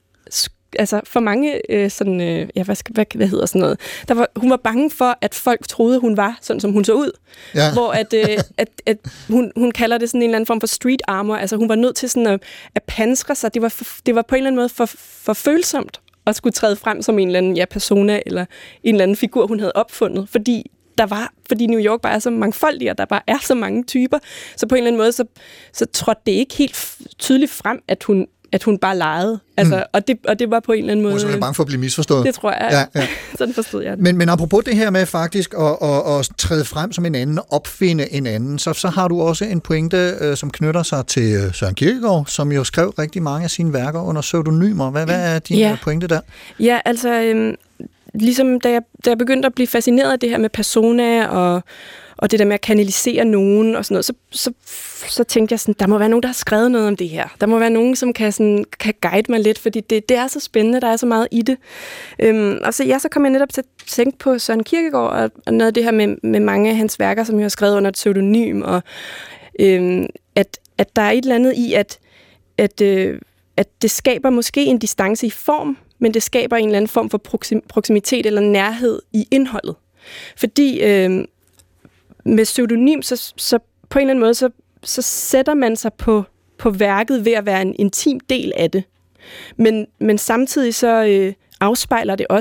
hvad hedder sådan noget? Hun var bange for, at folk troede, hun var sådan, som hun så ud. Ja. Hvor at hun kalder det sådan en eller anden form for street armor. Altså hun var nødt til sådan at pansre sig. Det var på en eller anden måde for følsomt at skulle træde frem som en eller anden persona eller en eller anden figur, hun havde opfundet. Fordi New York bare er så mangfoldig, og der bare er så mange typer. Så på en eller anden måde, så trådte det ikke helt tydeligt frem, at hun bare legede. Altså, og det var på en eller anden måde. Hun er bange for at blive misforstået. Det tror jeg. Ja. Sådan forstod jeg det. Men apropos det her med faktisk at træde frem som en anden, opfinde en anden, så har du også en pointe, som knytter sig til Søren Kierkegaard, som jo skrev rigtig mange af sine værker under pseudonymer. Hvad er din pointe der? Ja, altså ligesom da jeg begyndte at blive fascineret af det her med persona og det der med at kanalisere nogen og sådan noget, så tænkte jeg sådan, der må være nogen, der har skrevet noget om det her. Der må være nogen, som kan guide mig lidt, fordi det er så spændende, der er så meget i det. Og så kom jeg netop til at tænke på Søren Kierkegaard og noget af det her med mange af hans værker, som jeg har skrevet under et pseudonym, og at der er et eller andet i, at det skaber måske en distance i form, men det skaber en eller anden form for proximitet eller nærhed i indholdet. Fordi med pseudonym, så på en eller anden måde, så sætter man sig på værket ved at være en intim del af det. Men samtidig så afspejler det også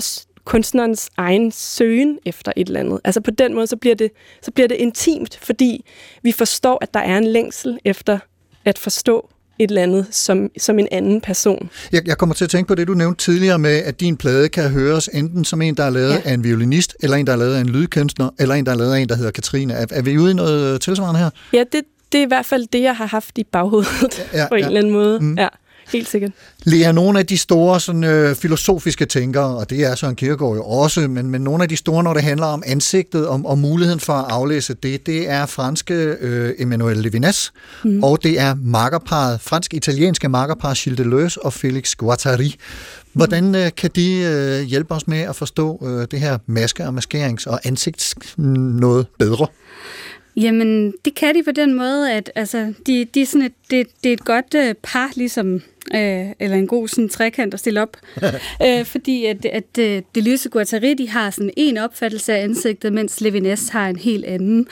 kunstnerens egen søgen efter et eller andet. Altså på den måde, så bliver det intimt, fordi vi forstår, at der er en længsel efter at forstå et eller andet som en anden person. Jeg kommer til at tænke på det, du nævnte tidligere med, at din plade kan høres enten som en, der er lavet af en violinist, eller en, der er lavet af en lydkunstner, eller en, der er lavet af en, der hedder Katrine. Er vi ude i noget tilsvarende her? Ja, det er i hvert fald det, jeg har haft i baghovedet på en eller anden måde. Ja. Helt sikkert. Lea, nogle af de store sådan, filosofiske tænkere, og det er Søren Kierkegaard jo også, men nogle af de store, når det handler om ansigtet, om muligheden for at aflæse det er franske Emmanuel Levinas, og det er makkerparet, fransk-italienske makkerpar Gilles Deleuze og Félix Guattari. Hvordan kan de hjælpe os med at forstå det her maske- og maskerings- og ansigts noget bedre? Jamen, det kan de på den måde, at altså, de er sådan det er et godt par, ligesom, eller en god sådan trekant at stille op. Fordi at Deleuze og Guattari, de har sådan en opfattelse af ansigtet, mens Levinas har en helt anden.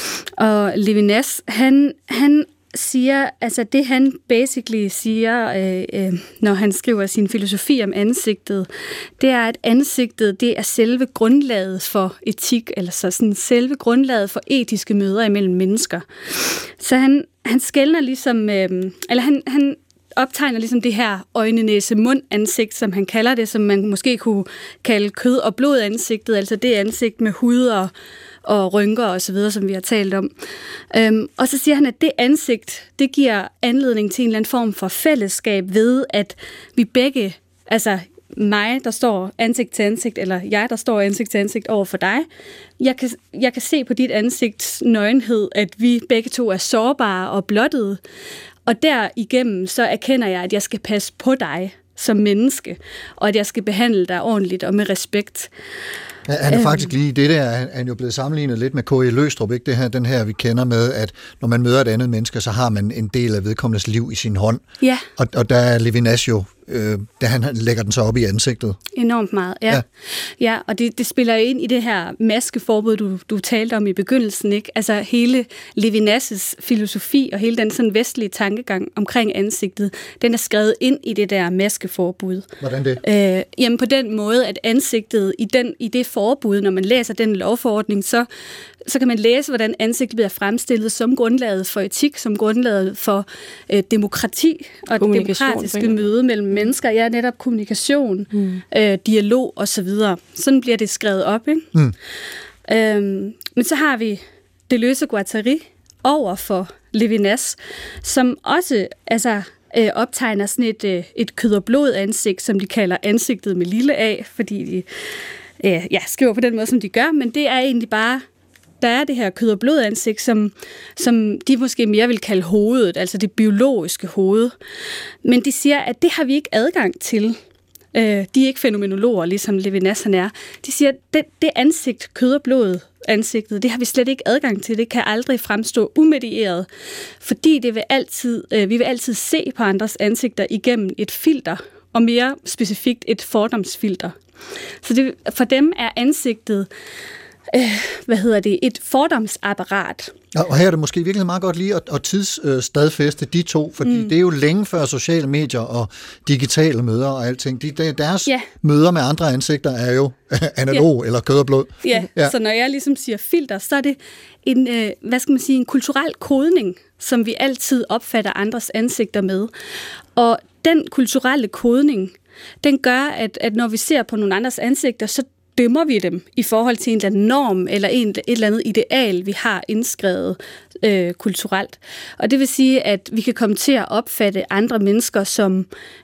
Og Levinas, han siger, altså det han basically siger, når han skriver sin filosofi om ansigtet, det er, at ansigtet, det er selve grundlaget for etik, eller så sådan selve grundlaget for etiske møder imellem mennesker. Så han skelner ligesom, eller han optegner ligesom det her øjne, næse, mund ansigt, som han kalder det, som man måske kunne kalde kød- og blodansigtet, altså det ansigt med hud og rynker og så videre, som vi har talt om. Og så siger han, at det ansigt, det giver anledning til en eller anden form for fællesskab ved, at vi begge, altså mig, der står ansigt til ansigt, eller jeg, der står ansigt til ansigt over for dig, jeg kan se på dit ansigts nøgenhed, at vi begge to er sårbare og blottede, og derigennem så erkender jeg, at jeg skal passe på dig som menneske, og at jeg skal behandle dig ordentligt og med respekt. Ja, han er faktisk lige det der, han er jo blevet sammenlignet lidt med K.E. Løgstrup, ikke? Det her, den her, vi kender med, at når man møder et andet menneske, så har man en del af vedkommendes liv i sin hånd. Ja. Og der er Levinas jo, da han lægger den så op i ansigtet. Enormt meget, ja. Ja, og det spiller ind i det her maskeforbud, du talte om i begyndelsen, ikke? Altså hele Levinas' filosofi og hele den sådan vestlige tankegang omkring ansigtet, den er skrevet ind i det der maskeforbud. Hvordan det? Jamen på den måde, at ansigtet i det forbud, når man læser den lovforordning, så kan man læse, hvordan ansigtet bliver fremstillet som grundlaget for etik, som grundlaget for demokrati og det demokratiske møde mellem mennesker. Ja, netop kommunikation, dialog osv. Sådan bliver det skrevet op, ikke? Men så har vi Deleuze og Guattari over for Levinas, som også optegner sådan et kød- og blod ansigt, som de kalder ansigtet med lille a, fordi de skriver på den måde, som de gør, men det er egentlig bare, der er det her kød- og blodansigt, som de måske mere vil kalde hovedet, altså det biologiske hoved. Men de siger, at det har vi ikke adgang til. De er ikke fænomenologer, ligesom Levinas han er. De siger, at det ansigt, kød- og blod ansigtet, det har vi slet ikke adgang til. Det kan aldrig fremstå umedieret, fordi vi vil altid se på andres ansigter igennem et filter, og mere specifikt et fordomsfilter. Så for dem er ansigtet et fordomsapparat. Og her er det måske virkelig meget godt lige at tidsstadfæste de to, fordi det er jo længe før sociale medier og digitale møder og alting. Deres møder med andre ansigter er jo analog eller kød og blod. Ja, så når jeg ligesom siger filter, så er det en kulturel kodning, som vi altid opfatter andres ansigter med. Og den kulturelle kodning, den gør, at når vi ser på nogle andres ansigter, så dømmer vi dem i forhold til en eller anden norm eller et eller andet ideal, vi har indskrevet kulturelt. Og det vil sige, at vi kan komme til at opfatte andre mennesker som,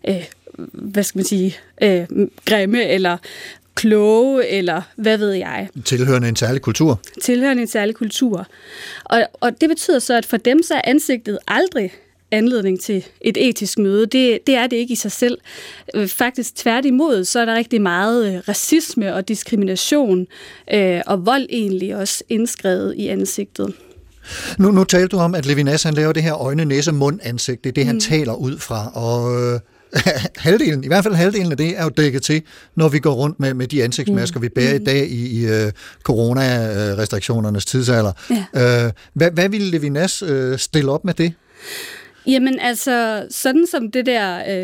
grimme eller kloge, eller hvad ved jeg. Tilhørende en særlig kultur. Og det betyder så, at for dem så er ansigtet aldrig anledning til et etisk møde. Det er det ikke i sig selv. Faktisk tværtimod, så er der rigtig meget racisme og diskrimination og vold egentlig også indskrevet i ansigtet. Nu talte du om, at Levinas han laver det her øjne, næse, mund, ansigt. Det er det, han taler ud fra. Og i hvert fald halvdelen af det er jo dækket til, når vi går rundt med de ansigtsmasker, vi bærer i dag i corona-restriktionernes tidsalder. Ja. Hvad ville Levinas stille op med det? Jamen altså, sådan som det der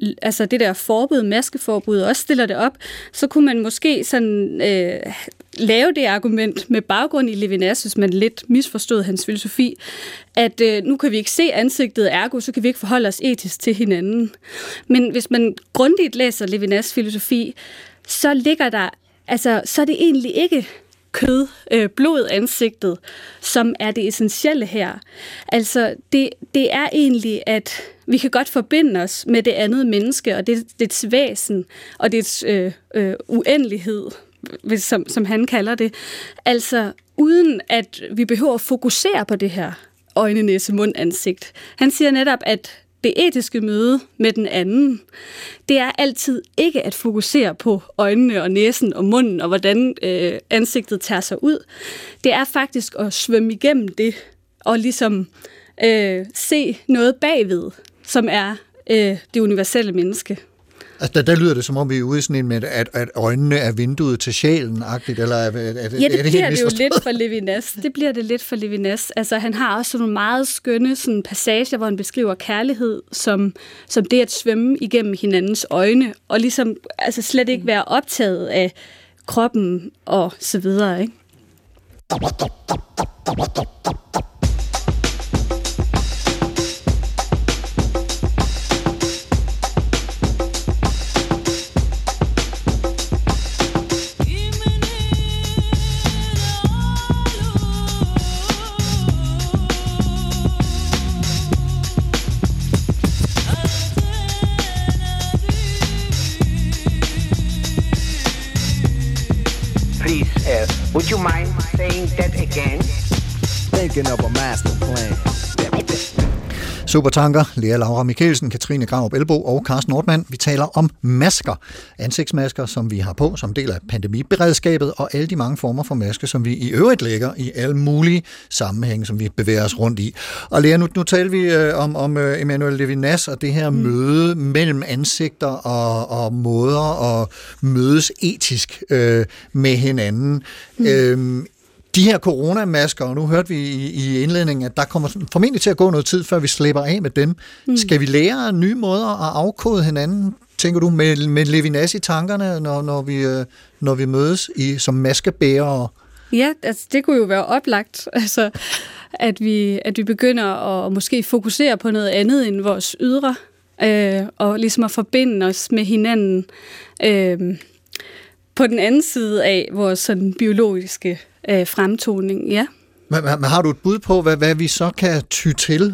altså det der forbud, maskeforbud, også stiller det op, så kunne man måske sådan lave det argument med baggrund i Levinas, hvis man lidt misforstod hans filosofi, at nu kan vi ikke se ansigtet, ergo, så kan vi ikke forholde os etisk til hinanden. Men hvis man grundigt læser Levinas filosofi, så ligger der, altså så er det egentlig ikke kød, blod, ansigtet, som er det essentielle her. Altså, det er egentlig, at vi kan godt forbinde os med det andet menneske, og dets væsen, og dets uendelighed, som han kalder det. Altså, uden at vi behøver at fokusere på det her øjne, næse, mund, ansigt. Han siger netop, at det etiske møde med den anden, det er altid ikke at fokusere på øjnene og næsen og munden, og hvordan ansigtet tager sig ud. Det er faktisk at svømme igennem det, og ligesom se noget bagved, som er det universelle menneske. Altså, der lyder det, som om vi er ude i sådan en med, at øjnene er vinduet til sjælen-agtigt, eller er det bliver det jo lidt for Levinas. Det bliver det lidt for Levinas. Altså, han har også nogle meget skønne sådan, passager, hvor han beskriver kærlighed som det at svømme igennem hinandens øjne, og ligesom altså, slet ikke være optaget af kroppen og så videre, ikke? Would you mind saying that again? Thinking of a master plan. Supertanker, Lea Laura Mikkelsen, Katrine Grarup Elbo og Carsten Nordmann. Vi taler om masker. Ansigtsmasker, som vi har på som del af pandemiberedskabet, og alle de mange former for masker, som vi i øvrigt lægger i alle mulige sammenhænge, som vi bevæger os rundt i. Og Lea, nu taler vi om Emmanuel Levinas og det her møde mellem ansigter og måder at mødes etisk med hinanden. De her coronamasker, og nu hørte vi i indledningen, at der kommer formentlig til at gå noget tid, før vi slipper af med dem. Skal vi lære nye måder at afkode hinanden, tænker du, med Levinas i tankerne, når vi mødes som maskebærere? Ja, altså det kunne jo være oplagt, altså, at vi begynder at måske fokusere på noget andet end vores ydre, og ligesom at forbinde os med hinanden på den anden side af vores sådan biologiske fremtoning, ja. Men har du et bud på, hvad vi så kan ty til,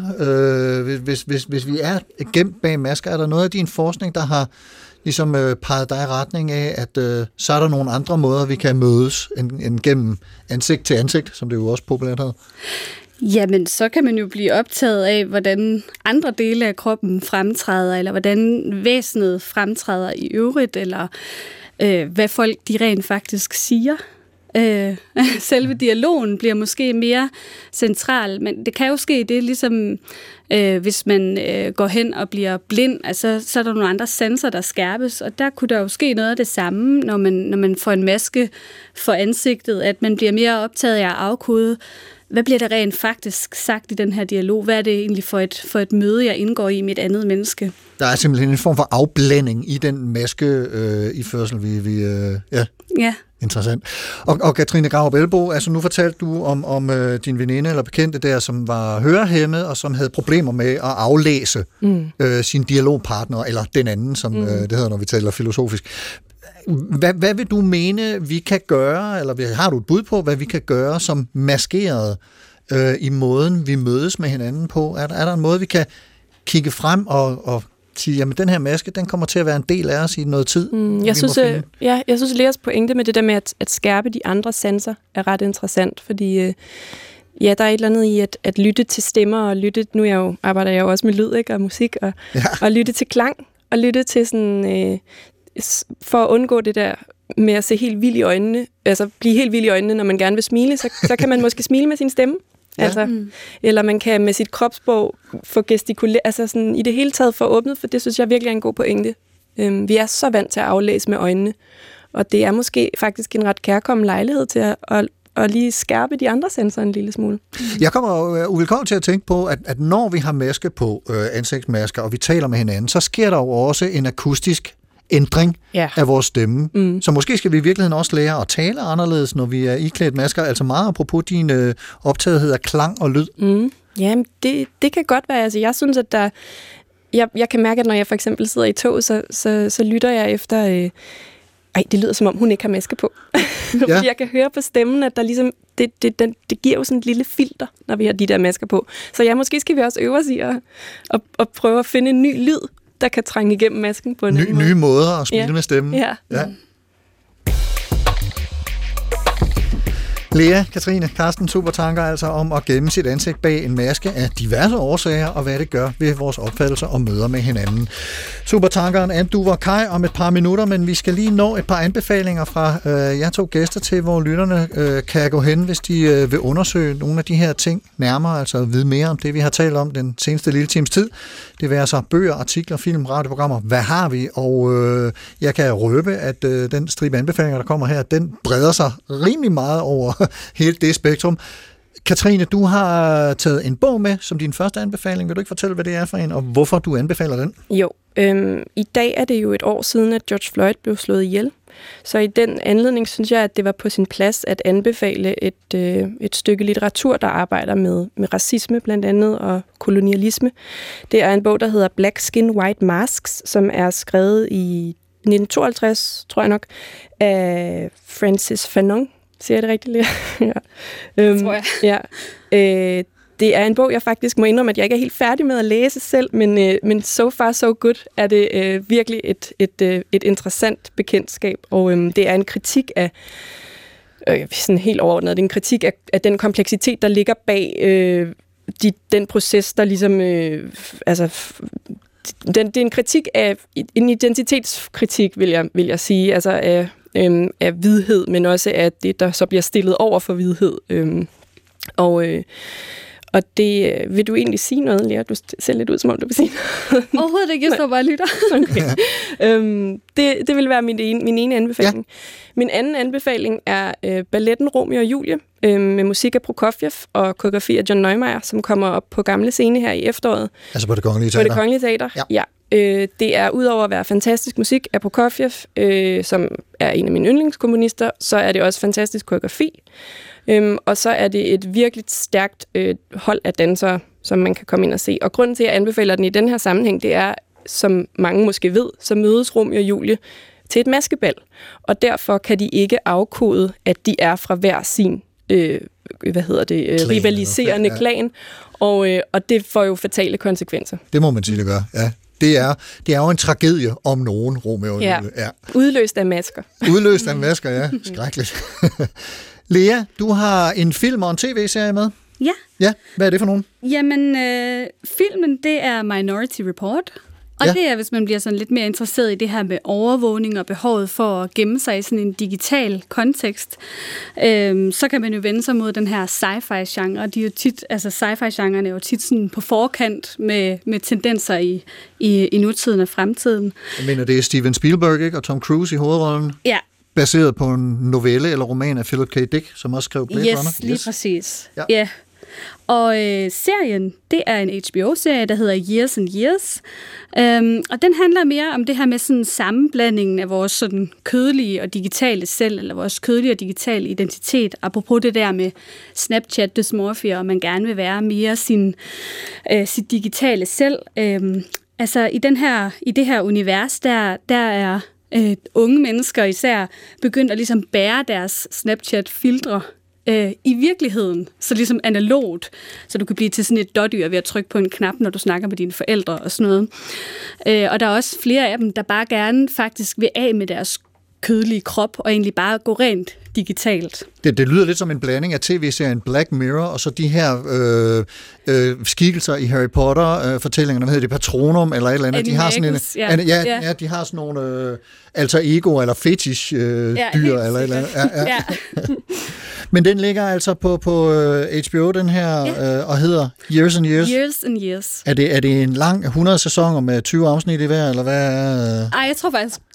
hvis vi er gemt bag masker? Er der noget af din forskning, der har ligesom peget dig i retning af, at så er der nogle andre måder, vi kan mødes end gennem ansigt til ansigt, som det jo også populært hedder? Jamen, så kan man jo blive optaget af, hvordan andre dele af kroppen fremtræder, eller hvordan væsenet fremtræder i øvrigt, eller hvad folk de rent faktisk siger. Selve dialogen bliver måske mere central, men det kan jo ske det, ligesom hvis man går hen og bliver blind, altså, så er der nogle andre sanser, der skærpes, og der kunne der jo ske noget af det samme, når man får en maske for ansigtet, at man bliver mere optaget af at afkode, hvad bliver der rent faktisk sagt i den her dialog? Hvad er det egentlig for et møde, jeg indgår i med et andet menneske? Der er simpelthen en form for afblænding i den maske i førsel, Ja. Interessant. Og Katrine Grarup Elbo, altså nu fortalte du om din veninde eller bekendte der, som var hørehæmmet og som havde problemer med at aflæse sin dialogpartner, eller den anden, som det hedder, når vi taler filosofisk. Hvad vil du mene, vi kan gøre, eller har du et bud på, hvad vi kan gøre som maskeret i måden, vi mødes med hinanden på? Er der en måde, vi kan kigge frem og sige, jamen den her maske, den kommer til at være en del af os i noget tid? Jeg synes, Leas pointe med det der med at skærpe de andre sanser er ret interessant, fordi der er et eller andet i at lytte til stemmer, og lytte, arbejder jeg jo også med lyd, ikke, og musik, og lytte til klang, og lytte til sådan, for at undgå det der med at se helt vild i øjnene, altså blive helt vild i øjnene, når man gerne vil smile, så kan man måske smile med sin stemme. Ja. Altså, eller man kan med sit kropssprog få gestikuleret, altså sådan i det hele taget få åbnet, for det synes jeg virkelig er en god pointe. Vi er så vant til at aflæse med øjnene, og det er måske faktisk en ret kærkommen lejlighed til at at lige skærpe de andre sensorer en lille smule. Jeg kommer uvilkårligt til at tænke på, at når vi har maske på, ansigtsmasker, og vi taler med hinanden, så sker der jo også en akustisk ændring af vores stemme. Så måske skal vi i virkeligheden også lære at tale anderledes, når vi er iklædt masker. Altså meget apropos din optagethed af klang og lyd. Jamen, det kan godt være. Altså, jeg synes, at jeg kan mærke, at når jeg for eksempel sidder i tog, så lytter jeg efter... det lyder som om, hun ikke har maske på. Fordi jeg kan høre på stemmen, at der ligesom, det giver jo sådan et lille filter, når vi har de der masker på. Så måske skal vi også øve os i at prøve at finde en ny lyd, der kan trænge igennem masken på en anden måde. Nye måder at spille med stemmen. Ja. Lea, Katrine, Carsten, supertanker altså om at gemme sit ansigt bag en maske af diverse årsager, og hvad det gør ved vores opfattelser og møder med hinanden. Supertankeren Anduvar Kai om et par minutter, men vi skal lige nå et par anbefalinger fra jer to gæster til, hvor lytterne kan gå hen, hvis de vil undersøge nogle af de her ting nærmere, altså vide mere om det, vi har talt om den seneste lille times tid. Det vil altså bøger, artikler, film, radioprogrammer. Hvad har vi? Og jeg kan røbe, at den stribe anbefalinger, der kommer her, den breder sig rimelig meget over hele det spektrum. Katrine, du har taget en bog med som din første anbefaling. Vil du ikke fortælle, hvad det er for en, og hvorfor du anbefaler den? Jo, i dag er det jo et år siden, at George Floyd blev slået ihjel. Så i den anledning synes jeg, at det var på sin plads at anbefale et stykke litteratur, der arbejder med racisme blandt andet og kolonialisme. Det er en bog, der hedder Black Skin, White Masks, som er skrevet i 1952, tror jeg nok, af Francis Fanon. Siger jeg det rigtigt, Lea? Tror jeg. Det er en bog, jeg faktisk må indrømme, at jeg ikke er helt færdig med at læse selv, men so far so good er det virkelig et interessant bekendtskab, og det er en kritik af, sådan helt overordnet, det er en kritik af den kompleksitet, der ligger bag den proces, der ligesom, det er en kritik af, en identitetskritik, vil jeg sige, altså af hvidhed, men også af det, der så bliver stillet over for hvidhed. Og det, vil du egentlig sige noget, Lea? Du ser lidt ud, som om du vil sige noget. Overhovedet ikke, jeg står bare og lytter. Okay. Det vil være min ene anbefaling. Ja. Min anden anbefaling er balletten Romeo og Julie, med musik af Prokofjev og koreografi af John Neumeier, som kommer op på Gamle Scene her i efteråret. Altså på Det Kongelige Teater? På Det Kongelige Teater, ja. Det er udover at være fantastisk musik af Prokofjev, som er en af mine yndlingskomponister, så er det også fantastisk koreografi. Og så er det et virkelig stærkt hold af dansere, som man kan komme ind og se. Og grunden til, at jeg anbefaler den i den her sammenhæng, det er, som mange måske ved, så mødes Romeo og Julie til et maskebal. Og derfor kan de ikke afkode, at de er fra hver sin rivaliserende klan. Og det får jo fatale konsekvenser. Det må man sige, det gør, ja. Det er jo en tragedie om nogen, Romeo og Julie. Ja. Udløst af masker. Udløst af masker, ja. Skrækkeligt. Lea, du har en film og en tv-serie med. Ja. Ja, hvad er det for nogen? Jamen, filmen, det er Minority Report. Og det er, hvis man bliver sådan lidt mere interesseret i det her med overvågning og behovet for at gemme sig i sådan en digital kontekst, så kan man jo vende sig mod den her sci-fi-genre. De er jo tit, altså sci-fi-genren er jo tit sådan på forkant med tendenser i nutiden og fremtiden. Jeg mener, det er Steven Spielberg, ikke? Og Tom Cruise i hovedrollen. Ja. Baseret på en novelle eller roman af Philip K. Dick, som også skrev Blade Runner. Lige præcis. Ja. Og serien, det er en HBO-serie, der hedder Years and Years. Og den handler mere om det her med sådan sammenblandingen af vores sådan kødelige og digitale selv, eller vores kødelige og digitale identitet. Apropos det der med Snapchat dysmorphia, og man gerne vil være mere sit digitale selv. Altså i det her univers, der er unge mennesker især begyndt at ligesom bære deres Snapchat-filtre i virkeligheden, så ligesom analogt, så du kan blive til sådan et dårdyr ved at trykke på en knap, når du snakker med dine forældre og sådan noget. Og der er også flere af dem, der bare gerne faktisk vil af med deres kødelige krop, og egentlig bare gå rent digitalt. Det lyder lidt som en blanding af tv-serien Black Mirror, og så de her skikkelser i Harry Potter-fortællingerne, hvad hedder det, Patronum eller et eller andet. De har sådan de har sådan nogle alter ego eller fetish dyr eller et eller andet. Ja. Men den ligger altså på HBO, den her, og hedder Years and Years. Years and Years. Er det en lang 100 sæsoner med 20 afsnit i hver, eller hvad? Ej, jeg tror faktisk,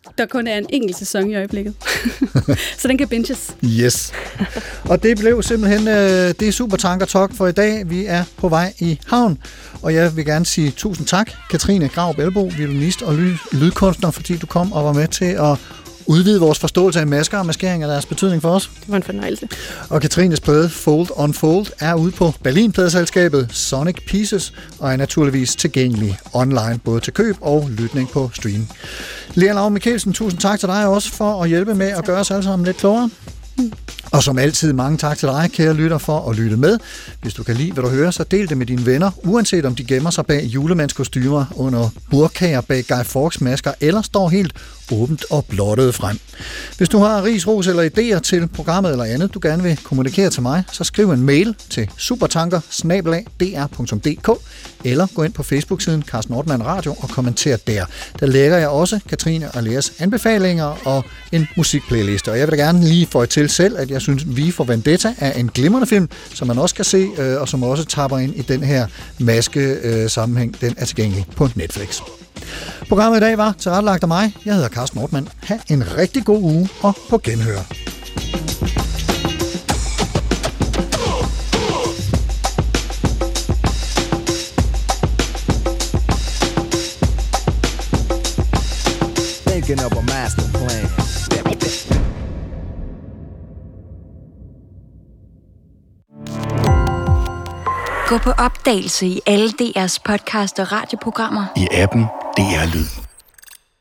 der kun er en enkelt sæson i øjeblikket. Så den kan binges. Yes. Og det blev simpelthen det Supertanker Talk for i dag. Vi er på vej i havn, og jeg vil gerne sige tusind tak, Katrine Graup Elbo, violinist og lydkunstner, fordi du kom og var med til at udvide vores forståelse af masker og maskering og deres betydning for os. Det var en fornøjelse. Og Katrines plade Fold on Fold er ude på Berlin-pladeselskabet Sonic Pieces og er naturligvis tilgængelig online, både til køb og lytning på stream. Lea Lau Mikkelsen, tusind tak til dig også for at hjælpe med at gøre os alle sammen lidt klogere. Og som altid, mange tak til dig, kære lytter, for at lytte med. Hvis du kan lide, hvad du hører, så del det med dine venner, uanset om de gemmer sig bag julemandskostymer, under burkaer, bag Guy Fawkes masker, eller står helt åbent og blottet frem. Hvis du har ris, ros eller idéer til programmet eller andet, du gerne vil kommunikere til mig, så skriv en mail til supertanker@dr.dk eller gå ind på Facebook-siden Carsten Ortmann Radio og kommenter der. Der lægger jeg også Katrine og Leas anbefalinger og en musikplayliste. Og jeg vil da gerne lige få til selv, at jeg synes, Vi for Vendetta er en glimrende film, som man også kan se, og som også tapper ind i den her maske-sammenhæng. Den er tilgængelig på Netflix. Programmet i dag var tilrettelagt af mig. Jeg hedder Carsten Ortmann. Ha' en rigtig god uge og på genhør. Thinking of a master plan. Gå på opdagelse i alle DR's podcast og radioprogrammer. I appen DR Lyd.